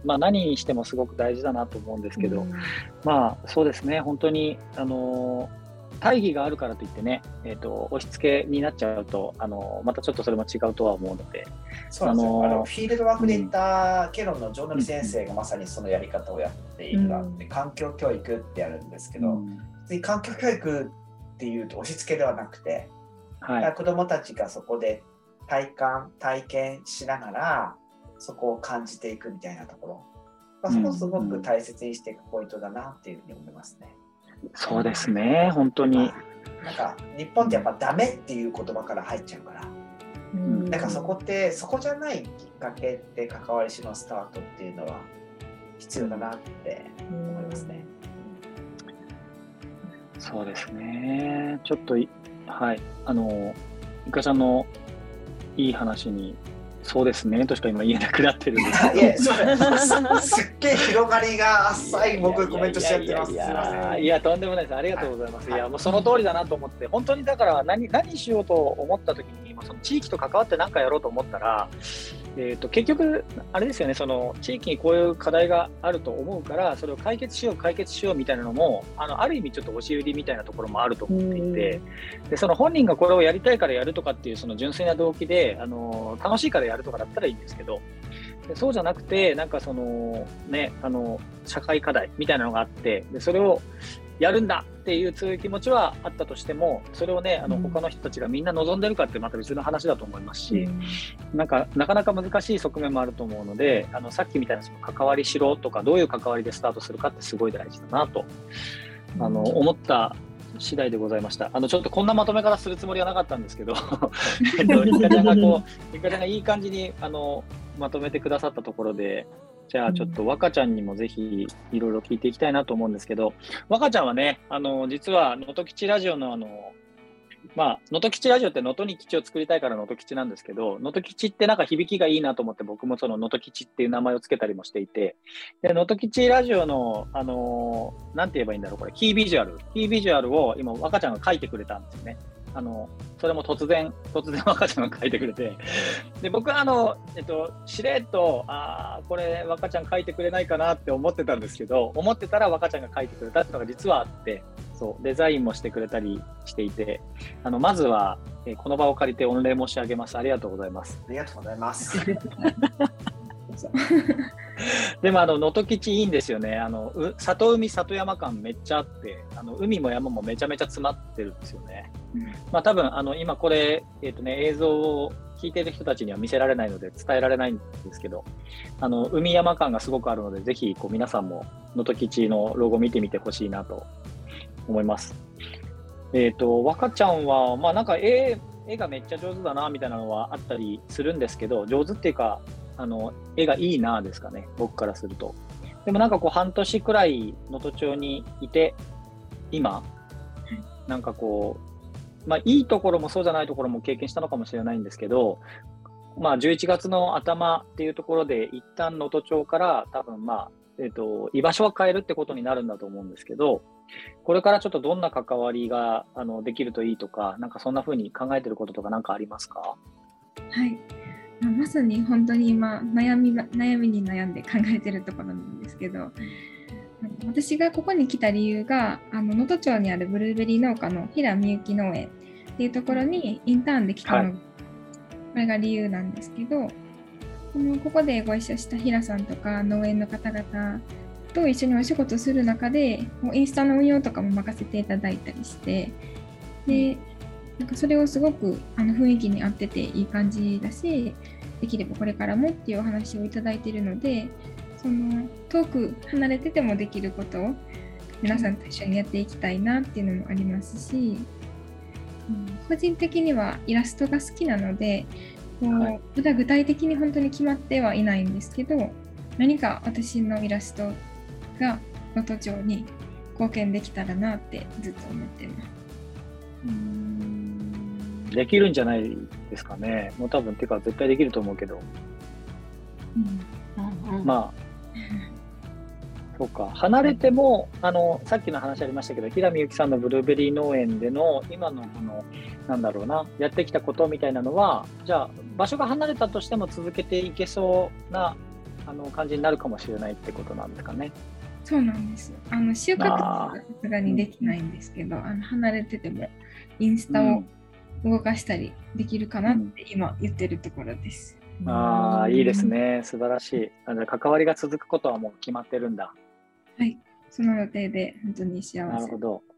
何にしてもすごく大事だなと思うんですけど、そうですね、本当に大義があるからといってね、押し付けになっちゃうとまたちょっとそれも違うとは思うので、 そうなんですよ。フィールドワークで行ったケロンの城則先生がまさにそのやり方をやっているので、環境教育ってやるんですけど、環境教育っていうと押し付けではなくて、子どもたちがそこで体験しながらそこを感じていくみたいなところ、そこをすごく大切にしていくポイントだなっていうふうに思いますね。 そうですね、本当に。 なんか日本ってやっぱダメっていう言葉から入っちゃうから、なんかそこじゃないきっかけって関わりしのスタートっていうのは必要だなって思いますね。 そうですね。ちょっといかちゃんのいい話にそうですねとしか今言えなくなってるんですけどすっげえ広がりが浅い僕コメントしちゃってます。すいません。 いやとんでもないです。ありがとうございます。いやもうその通りだなと思って、本当にだから何しようと思った時にその地域と関わって何かやろうと思ったら、結局あれですよね、その地域にこういう課題があると思うからそれを解決しようみたいなのもある意味ちょっと押し売りみたいなところもあると思っていて、でその本人がこれをやりたいからやるとかっていうその純粋な動機で楽しいからやるとかだったらいいんですけど、でそうじゃなくてなんかそのね社会課題みたいなのがあって、でそれをやるんだっていう強い気持ちはあったとしても、それをね他の人たちがみんな望んでるかってまた別の話だと思いますし、なかなか難しい側面もあると思うので、さっきみたいなその関わりしろとかどういう関わりでスタートするかってすごい大事だなと思った次第でございました。ちょっとこんなまとめ方するつもりはなかったんですけどいかちゃんがいい感じにまとめてくださったところで、じゃあちょっと若ちゃんにもぜひいろいろ聞いていきたいなと思うんですけど、若ちゃんはね実は能登吉ラジオの能登吉ラジオって能登に基地を作りたいから能登吉なんですけど、能登吉ってなんか響きがいいなと思って僕もその能登吉っていう名前をつけたりもしていて、で能登吉ラジオのなんて言えばいいんだろう、これキービジュアルを今若ちゃんが書いてくれたんですよね。それも突然若ちゃんが書いてくれて、で僕はしれっとこれ若ちゃん書いてくれないかなって思ってたんですけど、思ってたら若ちゃんが書いてくれたっていうのが実はあって、そうデザインもしてくれたりしていて、まずは、この場を借りて御礼申し上げます。ありがとうございます。 ありがとうございますでも能登基地いいんですよね。里海里山感めっちゃあって、海も山もめちゃめちゃ詰まってるんですよね。多分今これ、映像を聞いてる人たちには見せられないので伝えられないんですけど、海山感がすごくあるので、ぜひ皆さんも能登基地のロゴ見てみてほしいなと思います。若ちゃんはなんか絵がめっちゃ上手だなみたいなのはあったりするんですけど、上手っていうか絵がいいなですかね、僕からすると。でもなんか半年くらい能登町にいて、今なんかいいところもそうじゃないところも経験したのかもしれないんですけど、11月の頭っていうところで一旦能登町から多分居場所は変えるってことになるんだと思うんですけど、これからちょっとどんな関わりができるといいとか、なんかそんな風に考えてることとか何かありますか？ はい、まさに本当に今悩みに悩んで考えてるところなんですけど、私がここに来た理由が能登町にあるブルーベリー農家の平みゆき農園っていうところにインターンで来たのが、これが理由なんですけど、ここでご一緒した平さんとか農園の方々と一緒にお仕事する中で、もうインスタの運用とかも任せていただいたりして、でなんかそれをすごく雰囲気に合ってていい感じだし、できればこれからもっていうお話をいただいているので、その遠く離れててもできることを皆さんと一緒にやっていきたいなっていうのもありますし、個人的にはイラストが好きなので、まだ具体的に本当に決まってはいないんですけど、何か私のイラストが能登町に貢献できたらなってずっと思ってます。 できるんじゃないですかね。もう多分てか絶対できると思うけど、そうか、離れてもさっきの話ありましたけど、平見ゆきさんのブルーベリー農園での今のこのやってきたことみたいなのは、じゃあ場所が離れたとしても続けていけそうな感じになるかもしれないってことなんですかね。 そうなんです。収穫はさすがにできないんですけど、離れててもインスタを動かしたりできるかなって今言ってるところです。 いいですね。素晴らしい。関わりが続くことはもう決まってるんだ。 はい、その予定で本当に幸せ。 なるほど。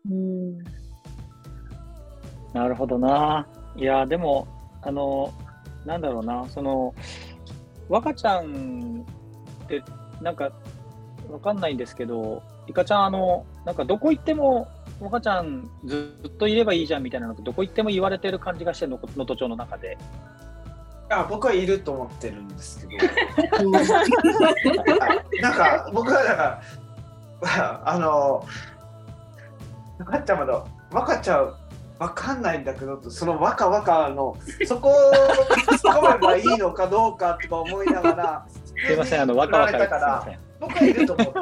なるほどな。いやでもなんだろうな、若ちゃんってなんかわかんないんですけど、いかちゃんなんかどこ行っても若ちゃんずっといればいいじゃんみたいなのってどこ行っても言われてる感じがして能登町の中で。 僕はいると思ってるんですけどなんか僕はだから若ちゃんわかんないんだけど、その若のそこを突っ込めばいいのかどうかとか思いながらすいません、若々 だから僕はいると思って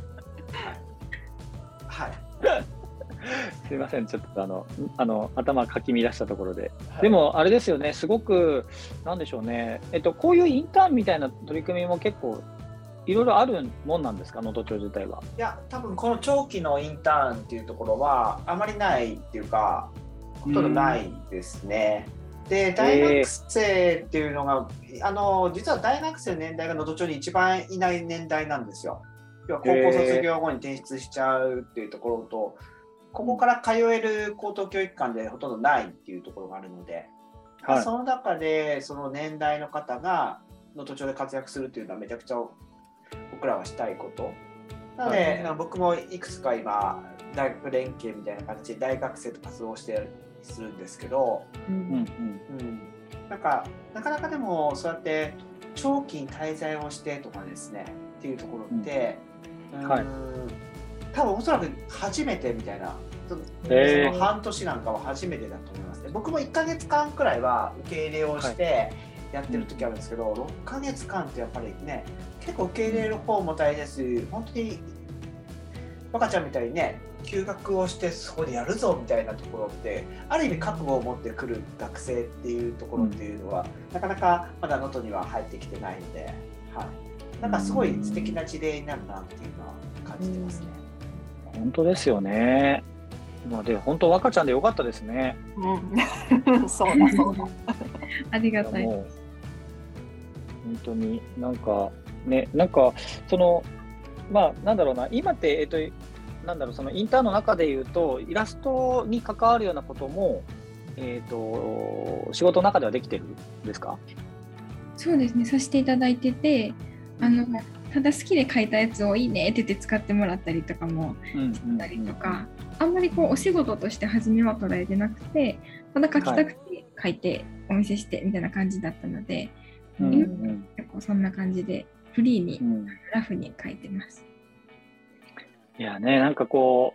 はいすいません、ちょっと頭かき乱したところで、でもあれですよね、すごくなんでしょうね、こういうインターンみたいな取り組みも結構いろいろあるもんなんですか、能登町自体は。 いや、多分この長期のインターンっていうところはあまりないっていうか、ほとんどないですね。で、大学生っていうのが、実は大学生の年代が能登町に一番いない年代なんですよ。要は高校卒業後に転出しちゃうっていうところと、ここから通える高等教育機関でほとんどないっていうところがあるので、その中でその年代の方が能登町で活躍するっていうのはめちゃくちゃ僕らはしたいこと。なので、僕もいくつか今大学連携みたいな形で大学生と活動してするんですけど、なかなかでもそうやって長期に滞在をしてとかですねっていうところって、多分おそらく初めてみたいな、その半年なんかは初めてだと思いますね。僕も1ヶ月間くらいは受け入れをしてやってる時あるんですけど、6ヶ月間ってやっぱりね、結構受け入れる方も大変ですし、本当に若ちゃんみたいにね、休学をしてそこでやるぞみたいなところって、ある意味覚悟を持ってくる学生っていうところっていうのは、なかなかまだ能登には入ってきてないので、なんかすごい素敵な事例になるなっていうのは感じてますね。 本当ですよね。で本当若ちゃんでよかったですね。 そうだありがたい。 本当になんかね、なんかなんだろうな、今ってそのインターンの中でいうとイラストに関わるようなことも仕事の中ではできてるんですか？ そうですね、させていただいてて、ただ好きで描いたやつをいいねって言って使ってもらったりとかもしたりとか、あんまりお仕事として初めは捉えてなくて、ただ描きたくて描いてお見せしてみたいな感じだったので、結構そんな感じでフリーに、ラフに描いてます。 いやね、なんかこう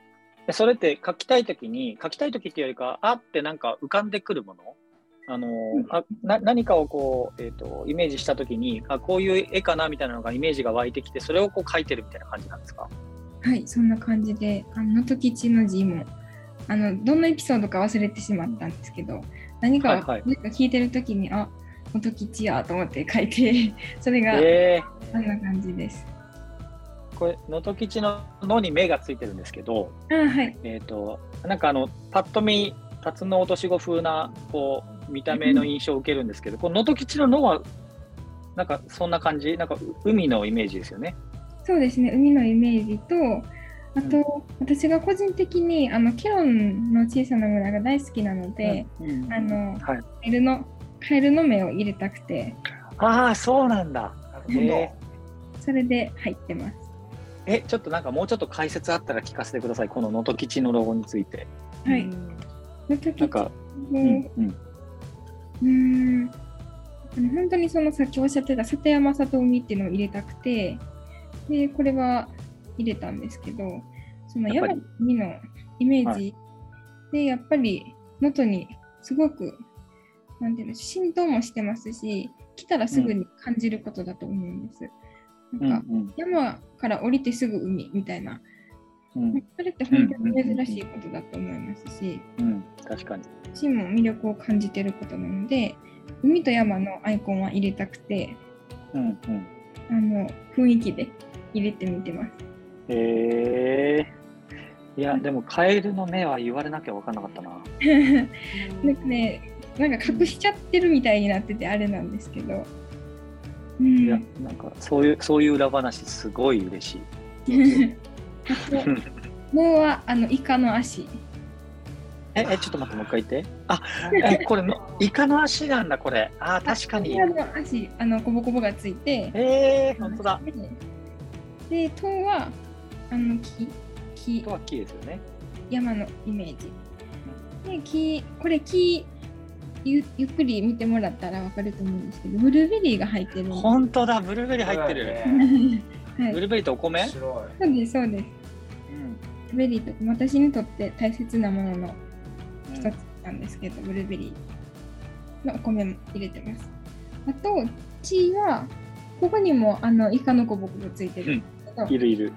それって書きたいときっていうよりか、あってなんか浮かんでくるもの、何かをこう、イメージしたときに、こういう絵かなみたいなのがイメージが湧いてきて、それをこう描いてるみたいな感じなんですか？ はい、そんな感じで、能登吉の字もどんなエピソードか忘れてしまったんですけど、何か聞いてるときに、能登吉やと思って書いて、それがそんな感じです。 これ能登吉の「の」に目がついてるんですけど、 はい、 なんかパッと見辰野落とし子風なこう見た目の印象を受けるんですけど、この能登吉の「の」はなんかそんな感じ、なんか海のイメージですよね。 そうですね、海のイメージと、あと、私が個人的にケロンの小さな村が大好きなので、カエルの目を入れたくて。 ああ、そうなんだ。 それで入ってます。 ちょっとなんかもうちょっと解説あったら聞かせてください、この能登吉のロゴについて。 はい。能登吉の本当にそのさっきおっしゃってた里山里海っていうのを入れたくて、でこれは入れたんですけど、その山の海のイメージでやっぱり能登にすごくなんていうの浸透もしてますし、来たらすぐに感じることだと思うんです。なんか山から降りてすぐ海みたいな、それって本当に珍しいことだと思いますし、 確かに私も魅力を感じてることなので、海と山のアイコンは入れたくて、雰囲気で入れてみてます。 いやでもカエルの目は言われなきゃ分かんなかったな。 なんかね、なんか隠しちゃってるみたいになっててあれなんですけど、 いやなんかそういう裏話すごい嬉しい。 もうはイカの足。 ちょっと待って、もう一回言って。これイカの足なんだこれ。確かに。 イカの足コボコボがついて。 本当だ。 で塔は木。 塔は木ですよね。 山のイメージ。でこれ木ゆっくり見てもらったら分かると思うんですけど、ブルーベリーが入ってる。 本当だ、ブルーベリー入ってる。ブルーベリーとお米？ そうです。ブルーベリーと私にとって大切なものの一つなんですけど、ブルーベリーのお米も入れてます。あと血はここにもイカのコボコボついてるんですけど、 いる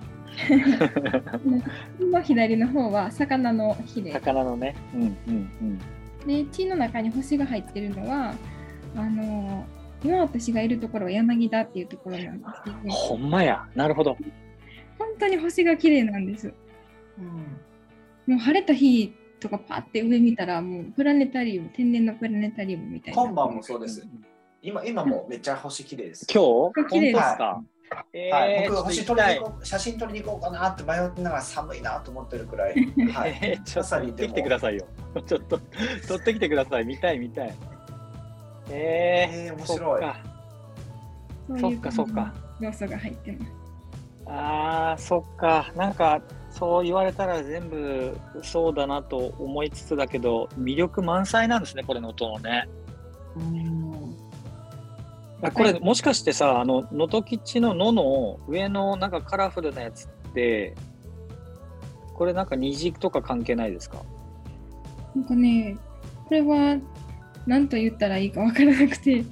今左の方は魚のヒレ。 魚のね。 で血の中に星が入ってるのは今私がいるところは柳田っていうところなんですけど、 ほんまや、なるほど。 本当に星が綺麗なんです。もう晴れた日とかパッて上見たらもうプラネタリウム、天然のプラネタリウムみたいな。 今晩もそうです。今もめっちゃ星綺麗です。 今日綺麗ですか？僕星写真撮りに行こうかなって迷いながら寒いなと思ってるくらい。 ちょっと撮ってきてくださいよ。ちょっと撮ってきてください。見たい。面白い。そっか。 要素が入ってます。そっか。なんかそう言われたら全部そうだなと思いつつだけど、魅力満載なんですね、これの音のね。これもしかしてさ、能登吉の「の」の上のなんかカラフルなやつってこれなんか虹とか関係ないですか？ なんかね、これは何と言ったらいいか分からなくて。違った。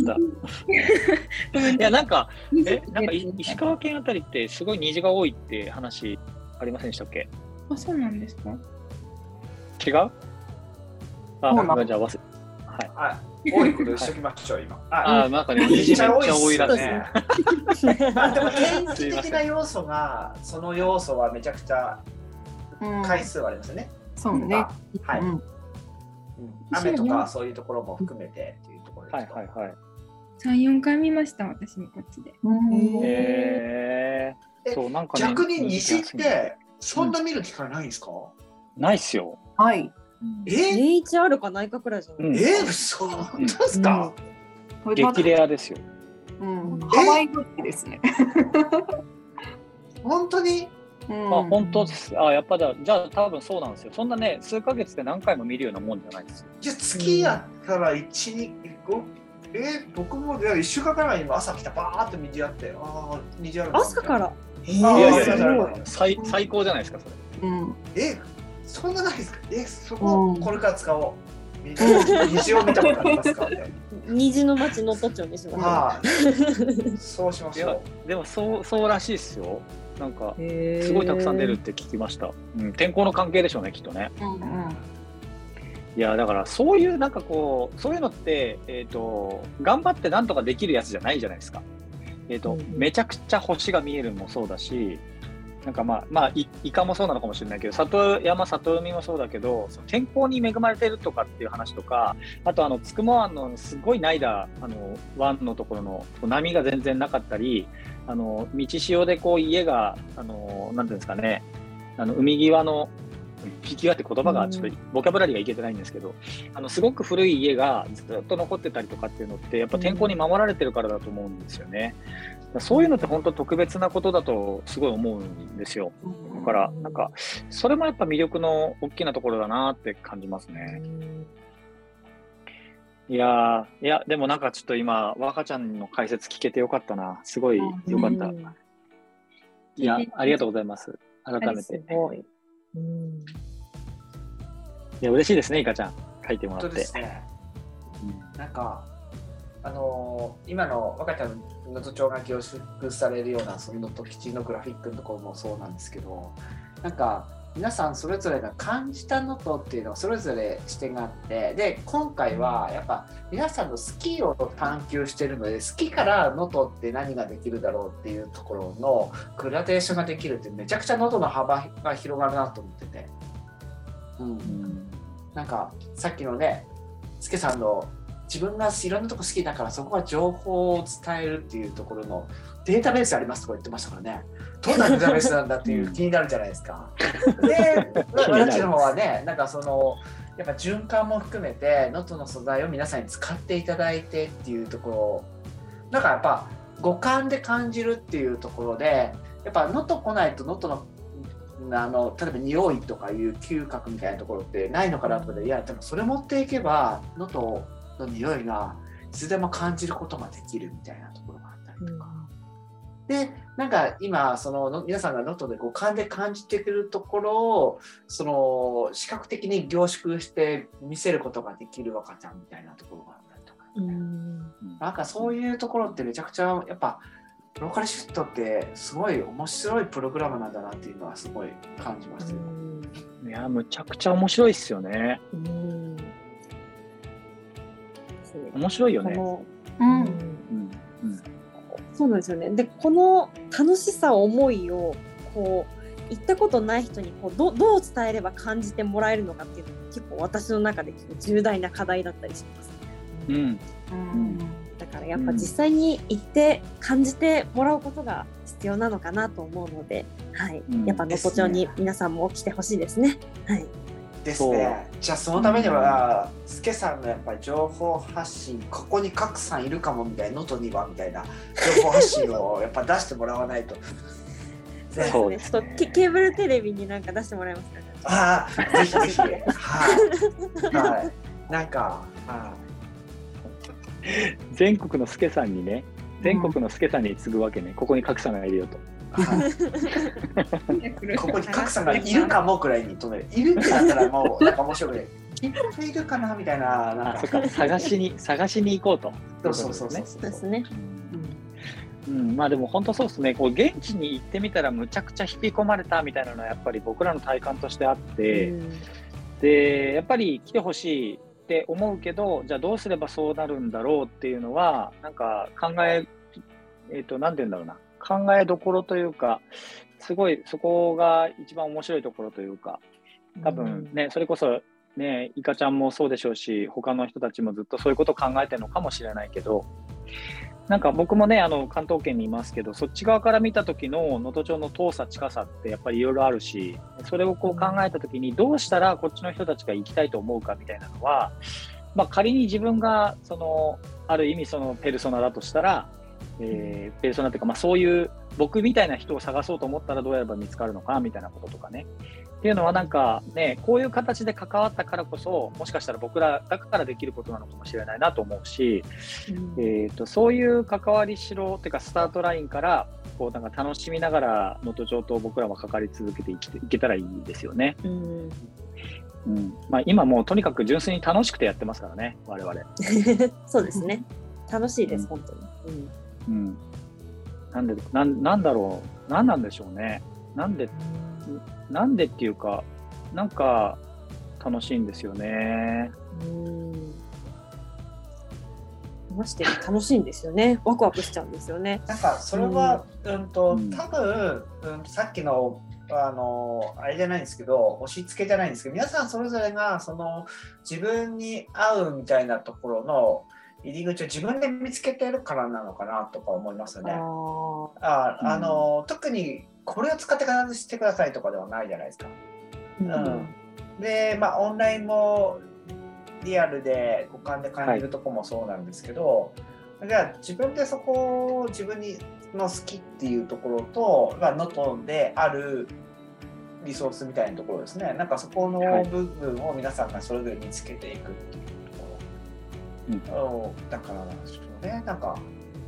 いやなんか石川県あたりってすごい虹が多いって話ありませんでしたっけ？ そうなんですか？ 違う？じゃあ忘れ。 多いことにしときましょう今。 なんかね、めっちゃ多いらしい。 でも天気的な要素が、その要素はめちゃくちゃ回数はありますよね。 そうね。 雨とかそういうところも含めてっていうところです。 3、4回見ました、私もこっちで。 そうなんかね。 逆に西ってそんな見る機会ないんですか？ ないっすよ。 はい。 年一あるかないかくらいじゃないですか？本当ですか？ 激レアですよ。 ハワイグッズですね。 本当に？ 本当です。やっぱじゃあ多分そうなんですよ。そんなね、数ヶ月で何回も見るようなもんじゃないですよ。 じゃあ月やったら1、2、5僕も1週間からい朝来たバーって虹あって虹ある。 朝から？ いや最高じゃないですかそれ。 そんなないですか。そここれから使おう。虹を見たことありますか。 虹の町の都庁にします。そうしましょう。でもそうらしいですよ。なんかすごいたくさん出るって聞きました。天候の関係でしょうねきっとね。いやだからそういうなんかこうそういうのって頑張ってなんとかできるやつじゃないじゃないですか。めちゃくちゃ星が見えるのもそうだし、なんかまあイカもそうなのかもしれないけど、里山里海もそうだけど、その天候に恵まれてるとかっていう話とか、あとつくも湾のすごいないだ湾のところの波が全然なかったり、道潮でこう家がなんていうんですかね、海際の引き際って言葉がちょっとボキャブラリーがいけてないんですけど、すごく古い家がずっと残ってたりとかっていうのってやっぱ天候に守られてるからだと思うんですよね。そういうのって本当特別なことだとすごい思うんですよ。だからなんかそれもやっぱ魅力の大きなところだなって感じますね。いやでもなんかちょっと今若ちゃんの解説聞けてよかったな。すごいよかった。いやありがとうございます。改めて。すごい。いや嬉しいですね、いかちゃん書いてもらって。 本当ですね。なんか今の若ちゃんの都庁が凝縮されるようなその基地のグラフィックのところもそうなんですけど、なんか皆さんそれぞれが感じた能登っていうのはそれぞれ視点があって、で今回はやっぱ皆さんの好きを探求しているので、好きから能登って何ができるだろうっていうところのグラデーションができるってめちゃくちゃ能登の幅が広がるなと思ってて、なんかさっきのねスケさんの自分がいろんなとこ好きだからそこは情報を伝えるっていうところのデータベースありますとか言ってましたからね。どんなデータベースなんだっていう気になるじゃないですか。で、私の方はね、なんかやっぱ循環も含めて能登の素材を皆さんに使っていただいてっていうところ、なんかやっぱ五感で感じるっていうところで、やっぱ能登来ないと能登の例えば匂いとかいう嗅覚みたいなところってないのかなとかで、いやでもそれ持っていけば能登の匂いがいつでも感じることができるみたいなところがあったりとか、でなんか今皆さんが能登で五感で感じてくるところを視覚的に凝縮して見せることができる若ちゃんみたいなところがあったりとか、なんかそういうところってめちゃくちゃやっぱローカルシフトってすごい面白いプログラムなんだなっていうのはすごい感じました。 いやむちゃくちゃ面白いっすよね。面白いよね。 そうなんですよね。でこの楽しさ思いをこう行ったことない人にどう伝えれば感じてもらえるのかっていうのが結構私の中で重大な課題だったりします。だからやっぱ実際に行って感じてもらうことが必要なのかなと思うので、やっぱ能登町に皆さんも来てほしいですね。 ですね。じゃあそのためにはスケさんのやっぱり情報発信、ここに賀来さんいるかもみたいな、能登にはみたいな情報発信をやっぱ出してもらわないと。 そうですね。ちょっとケーブルテレビになんか出してもらえますかね。 ぜひぜひ。なんか全国のスケさんにね、全国のスケさんに次ぐわけね。ここに賀来さんがいるよと。 ここに賀来さんがいるかもくらいに止める。いるってなったらもうなんか面白くて、いっぱいいるかなみたいな。 そっか、探しに行こうと。 そうですね。 まあでも本当そうですね。こう現地に行ってみたらむちゃくちゃ引き込まれたみたいなのはやっぱり僕らの体感としてあって、でやっぱり来てほしいって思うけど、じゃあどうすればそうなるんだろうっていうのはなんかなんて言うんだろうな。考えどころというか、すごいそこが一番面白いところというか、多分ね、それこそね、いかちゃんもそうでしょうし、他の人たちもずっとそういうことを考えてるのかもしれないけど、なんか僕もね、関東圏にいますけど、そっち側から見た時の能登町の遠さ近さってやっぱりいろいろあるし、それをこう考えた時にどうしたらこっちの人たちが行きたいと思うかみたいなのは、仮に自分がある意味ペルソナだとしたら、ペルソナというか、そういう僕みたいな人を探そうと思ったらどうやれば見つかるのかみたいなこととかね、っていうのはなんかね、こういう形で関わったからこそ、もしかしたら僕らだからできることなのかもしれないなと思うし、そういう関わりしろというかスタートラインからこうなんか楽しみながら能登町と僕らは関わり続けていけたらいいですよね。まあ、今もうとにかく純粋に楽しくてやってますからね、我々。 そうですね。楽しいです、本当に。 なんだろう、何なんでしょうね。なんでっていうか、なんか楽しいんですよね。 まして楽しいんですよね。ワクワクしちゃうんですよね。 なんかそれは、多分、さっきのあれじゃないんですけど、押し付けじゃないんですけど、皆さんそれぞれがその自分に合うみたいなところの入り口を自分で見つけてるからなのかなとか思いますね。特にこれを使って必ずしてくださいとかではないじゃないですか。で、まあオンラインもリアルで五感で感じるとこもそうなんですけど、じゃあ自分でそこを自分の好きっていうところと、能登であるリソースみたいなところですね。なんかそこの部分を皆さんがそれぞれ見つけていくっていうところ、だからなんでしょうね。なんか、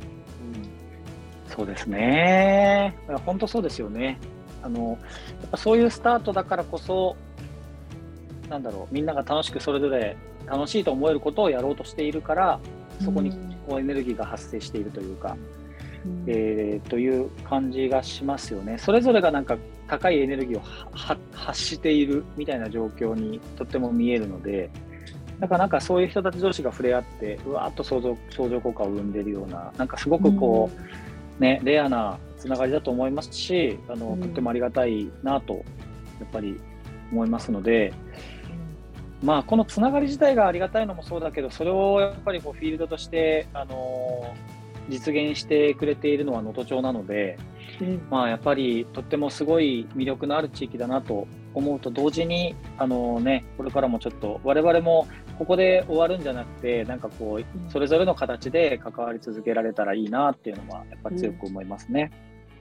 そうですね。本当そうですよね。やっぱそういうスタートだからこそ、なんだろう、みんなが楽しくそれぞれ楽しいと思えることをやろうとしているから、そこにこうエネルギーが発生しているというか、という感じがしますよね。それぞれがなんか高いエネルギーを発しているみたいな状況にとっても見えるので、だからなんかそういう人たち同士が触れ合ってうわーっと相乗効果を生んでいるような、なんかすごくこうね、レアなつながりだと思いますし、とってもありがたいなとやっぱり思いますので、まあこのつながり自体がありがたいのもそうだけど、それをやっぱりこうフィールドとして実現してくれているのは能登町なので、まあやっぱりとってもすごい魅力のある地域だなと思うと同時にこれからもちょっと我々もここで終わるんじゃなくて、なんかこうそれぞれの形で関わり続けられたらいいなっていうのはやっぱ強く思いますね。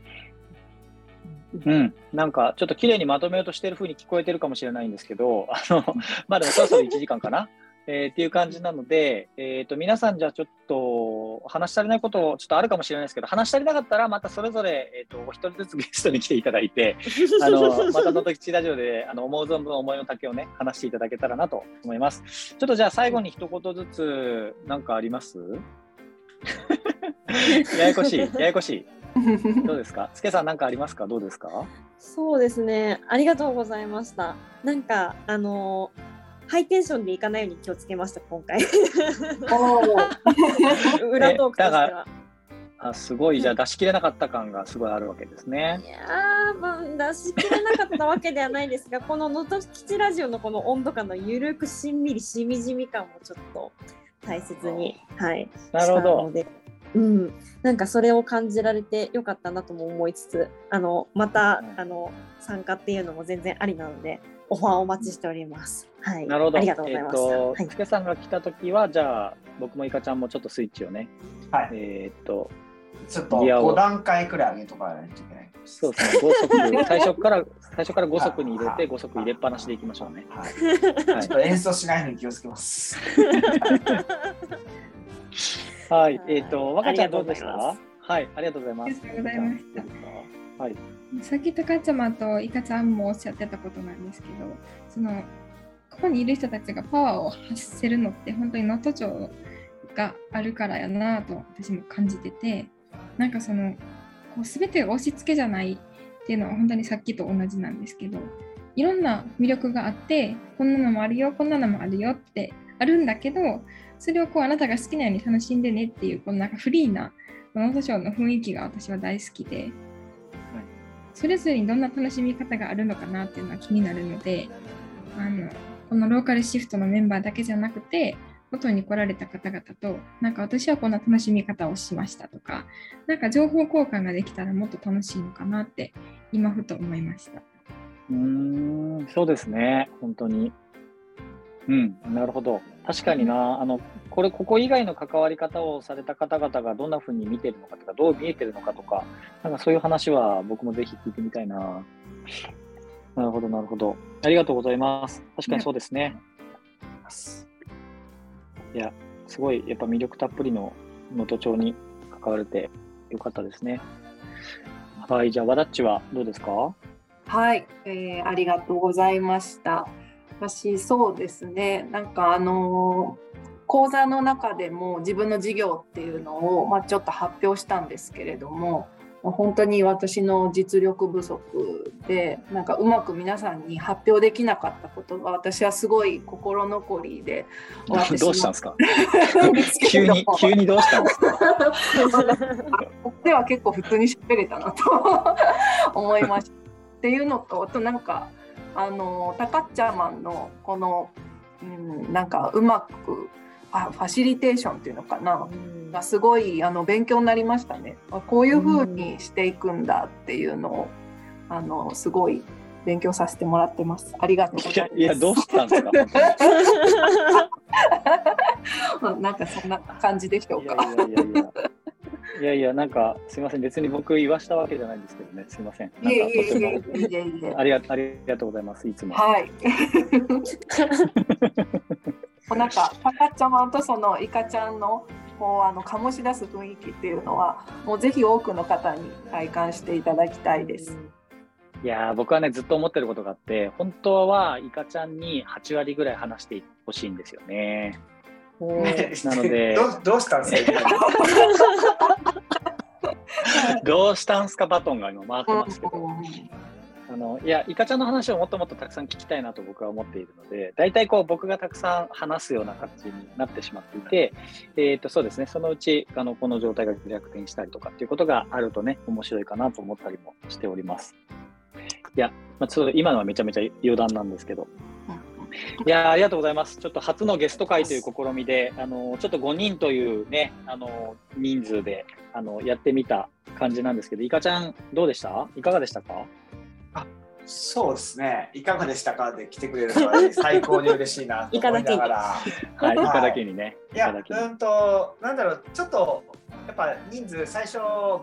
なんかちょっと綺麗にまとめようとしている風に聞こえてるかもしれないんですけど、まあでもそろそろ1時間かなっていう感じなので、皆さんじゃあちょっと話し足りないことちょっとあるかもしれないですけど、話し足りなかったらまたそれぞれ、お一人ずつゲストに来ていただいて、また能登吉ラジオで思う存分思いの丈をね話していただけたらなと思います。ちょっとじゃあ最後に一言ずつ何かあります？ややこしい。どうですか？つけさん何かありますか？どうですか？ そうですね。ありがとうございました。なんかハイテンションでいかないように気をつけました、今回。裏トークとしては。 すごい、じゃあ出し切れなかった感がすごいあるわけですね。 いやー、出し切れなかったわけではないですが、この能登吉ラジオのこの温度感のゆるくしんみりしみじみ感もちょっと大切に、 なるほど。 なんかそれを感じられてよかったなとも思いつつ、また、参加っていうのも全然ありなので、オファーお待ちしております。 なるほど。 ありがとうございました。 つけさんが来たときは、じゃあ僕もいかちゃんもちょっとスイッチをね、 ちょっと5段階くらい上げとかないといけない。 そうですね。5速最初から5速に入れて5速入れっぱなしでいきましょうね。 ちょっと演奏しないように気をつけます。 はい、若ちゃんどうでした？はい、ありがとうございます。 ありがとうございました。はい。さっき高ちゃまといかちゃんもおっしゃってたことなんですけど、ここにいる人たちがパワーを発せるのって本当に能登町があるからやなと私も感じてて、なんかこう全てが押し付けじゃないっていうのは本当にさっきと同じなんですけど、いろんな魅力があって、こんなのもあるよ、こんなのもあるよってあるんだけど、それをこうあなたが好きなように楽しんでねっていうこのなんかフリーな能登町の雰囲気が私は大好きで、それぞれにどんな楽しみ方があるのかなっていうのは気になるので、このローカルシフトのメンバーだけじゃなくて、元に来られた方々と、なんか私はこんな楽しみ方をしましたとか、なんか情報交換ができたらもっと楽しいのかなって今ふと思いました。 そうですね、本当に。なるほど。確かにな、ここ以外の関わり方をされた方々がどんな風に見てるのかとか、どう見えてるのかとか、なんかそういう話は僕もぜひ聞いてみたいな。なるほど、なるほど。ありがとうございます。確かにそうですね。いや、すごい、やっぱ魅力たっぷりの能登町に関われてよかったですね。 はい、じゃあわだっちはどうですか？ はい、ありがとうございました。私そうですね、なんか講座の中でも自分の事業っていうのを、ちょっと発表したんですけれども、本当に私の実力不足でなんかうまく皆さんに発表できなかったことが私はすごい心残りで終わってしまどうしたんですか？急にどうしたんですか？ 僕では結構普通に喋れたなと思いました。っていうのと、あとなんかタカッチャーマンのこの、なんかうまくファシリテーションっていうのかな、がすごい勉強になりましたね。こういう風にしていくんだっていうのをすごい勉強させてもらってます。ありがとうございます。 いやどうしたんですか？ なんかそんな感じでしょうか。 いやなんかすみません、別に僕言わしたわけじゃないんですけどね、すみません。ありがとうございます、いつも。 はい。なんかタカちゃまとそのイカちゃんのこう醸し出す雰囲気っていうのはもうぜひ多くの方に体感していただきたいです。 いや僕はねずっと思ってることがあって、本当はイカちゃんに8割ぐらい話してほしいんですよね。なのでどうしたんですか？ どうしたんすかバトンが今回ってますけど、いやイカちゃんの話をもっともっとたくさん聞きたいなと僕は思っているので、大体こう僕がたくさん話すような形になってしまっていて、そうですね、そのうちこの状態が逆転したりとかっていうことがあるとね面白いかなと思ったりもしております。いや、ちょっと今のはめちゃめちゃ余談なんですけど、いやありがとうございます。ちょっと初のゲスト会という試みでちょっと5人というね人数でやってみた感じなんですけど、イカちゃんどうでした？いかがでしたか？ そうですね、いかがでしたかで来てくれるのは最高に嬉しいなと思いながらはい、イカだけにね。 いや、なんだろう、ちょっとやっぱ人数最初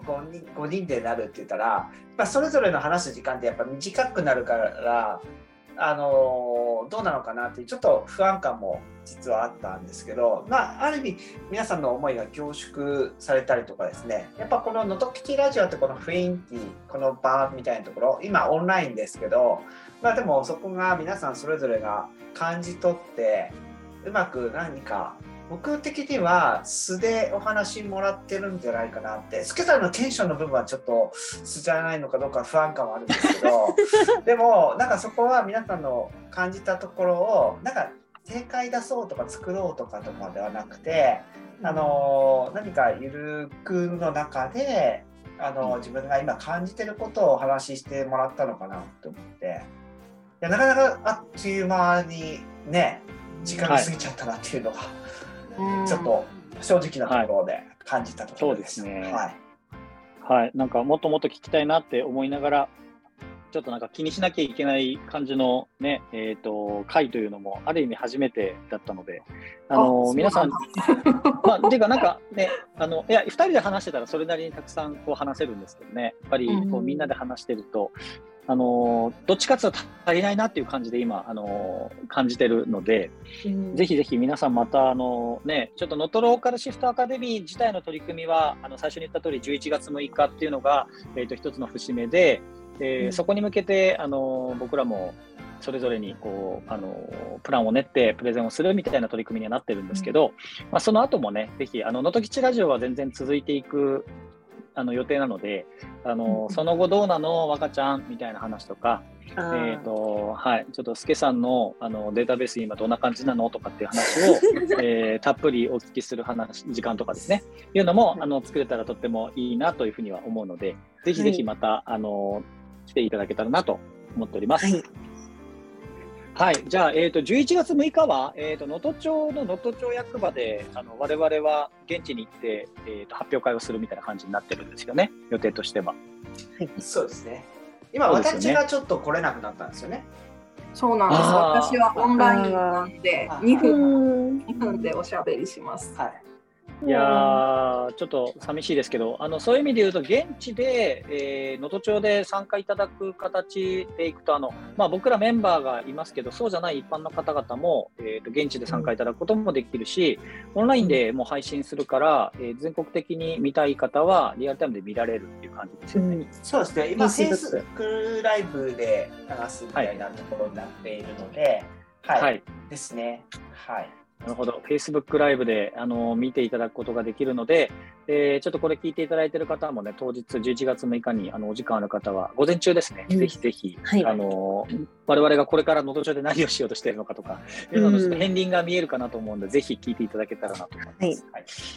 5人でなるって言ったら、それぞれの話す時間ってやっぱ短くなるからどうなのかなっていうちょっと不安感も実はあったんですけど、ある意味皆さんの思いが凝縮されたりとかですね、やっぱこののときちラジオってこの雰囲気、この場みたいなところ、今オンラインですけど、でもそこが皆さんそれぞれが感じ取ってうまく何か僕的には素でお話もらってるんじゃないかなって。スケさんのテンションの部分はちょっと素じゃないのかどうか不安感はあるんですけどでもなんかそこは皆さんの感じたところをなんか正解出そうとか作ろうとかではなくて、何かゆるくの中で自分が今感じてることをお話ししてもらったのかなと思って、いやなかなかあっという間にね時間が過ぎちゃったなっていうのが、ちょっと正直なところで感じたところです。 そうですね。 はい。 はい、なんかもっともっと聞きたいなって思いながら、ちょっとなんか気にしなきゃいけない感じのね、回というのもある意味初めてだったので、皆さん、ていうかなんかね、いや2人で話してたらそれなりにたくさんこう話せるんですけどね、やっぱりこうみんなで話してると、どっちかというと足りないなっていう感じで今感じてるので、ぜひぜひ皆さんまたちょっとノットローカルシフトアカデミー自体の取り組みは最初に言った通り11月6日っていうのが、一つの節目で、そこに向けて僕らもそれぞれにこうプランを練ってプレゼンをするみたいな取り組みにはなってるんですけど、その後もねぜひのときちラジオは全然続いていく予定なので、その後どうなの若ちゃんみたいな話とか、はい、ちょっとスケさんのデータベース今どんな感じなのとかっていう話を、たっぷりお聞きする時間とかですねいうのも作れたらとってもいいなというふうには思うので、ぜひぜひまた、来ていただけたらなと思っております。はい、じゃあ、11月6日は能登町の能登町役場で我々は現地に行って、発表会をするみたいな感じになってるんですよね、予定としては。 はい、そうですね。今、私がちょっと来れなくなったんですよね。 そうなんです。私はオンラインなんで2分でおしゃべりします。 はい。 いやーちょっと寂しいですけど、そういう意味で言うと現地で能登町で参加いただく形でいくと僕らメンバーがいますけど、そうじゃない一般の方々も、現地で参加いただくこともできるし、オンラインでもう配信するから、全国的に見たい方はリアルタイムで見られるっていう感じですよね。 そうですね、今 Facebook ライブで流すみたいなところになっているので、はいですね。はい。 なるほど。Facebook ライブで見ていただくことができるので、ちょっとこれ聞いていただいている方もね、当日11月6日にお時間ある方は、午前中ですね、ぜひぜひ、我々がこれから能登町で何をしようとしているのかとか、いうのの片鱗が見えるかなと思うので、ぜひ聞いていただけたらなと思います。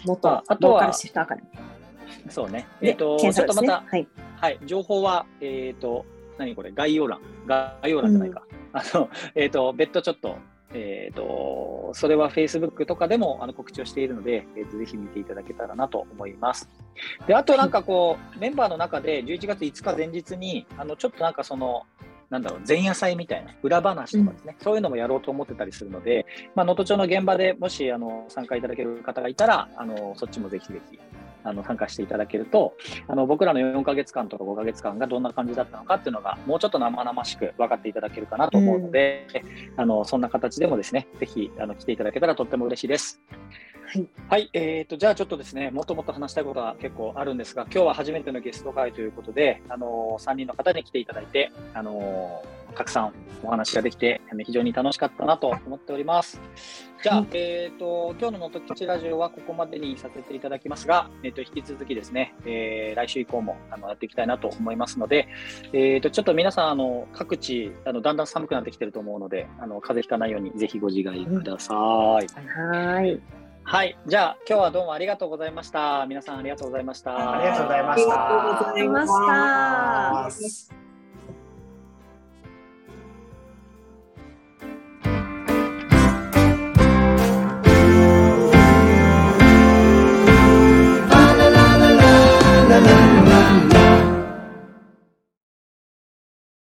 元ローカルシフトアカデミー。そうね。ちょっとまた、情報は、何これ、概要欄じゃないか。別途ちょっと、それは Facebook とかでも告知をしているので、ぜひ見ていただけたらなと思います。で、あとメンバーの中で11月5日前日に、ちょっと前夜祭みたいな裏話とかですね、そういうのもやろうと思ってたりするので、能登町の現場でもし参加いただける方がいたら、そっちもぜひぜひ参加していただけると、僕らの4ヶ月間とか5ヶ月間がどんな感じだったのかっていうのがもうちょっと生々しく分かっていただけるかなと思うので、そんな形でもですね、ぜひ来ていただけたらとっても嬉しいです。はい、じゃあちょっとですね、もっともっと話したいことが結構あるんですが、今日は初めてのゲスト会ということで、3人の方に来ていただいて、たくさんお話ができて非常に楽しかったなと思っております。じゃあ、今日の能登基地ラジオはここまでにさせていただきますが、引き続きですね、来週以降もやっていきたいなと思いますので、ちょっと皆さん各地だんだん寒くなってきてると思うので、風邪ひかないようにぜひご自愛ください。はい、じゃあ今日はどうもありがとうございました。皆さんありがとうございました。 ありがとうございました。 ありがとうございました。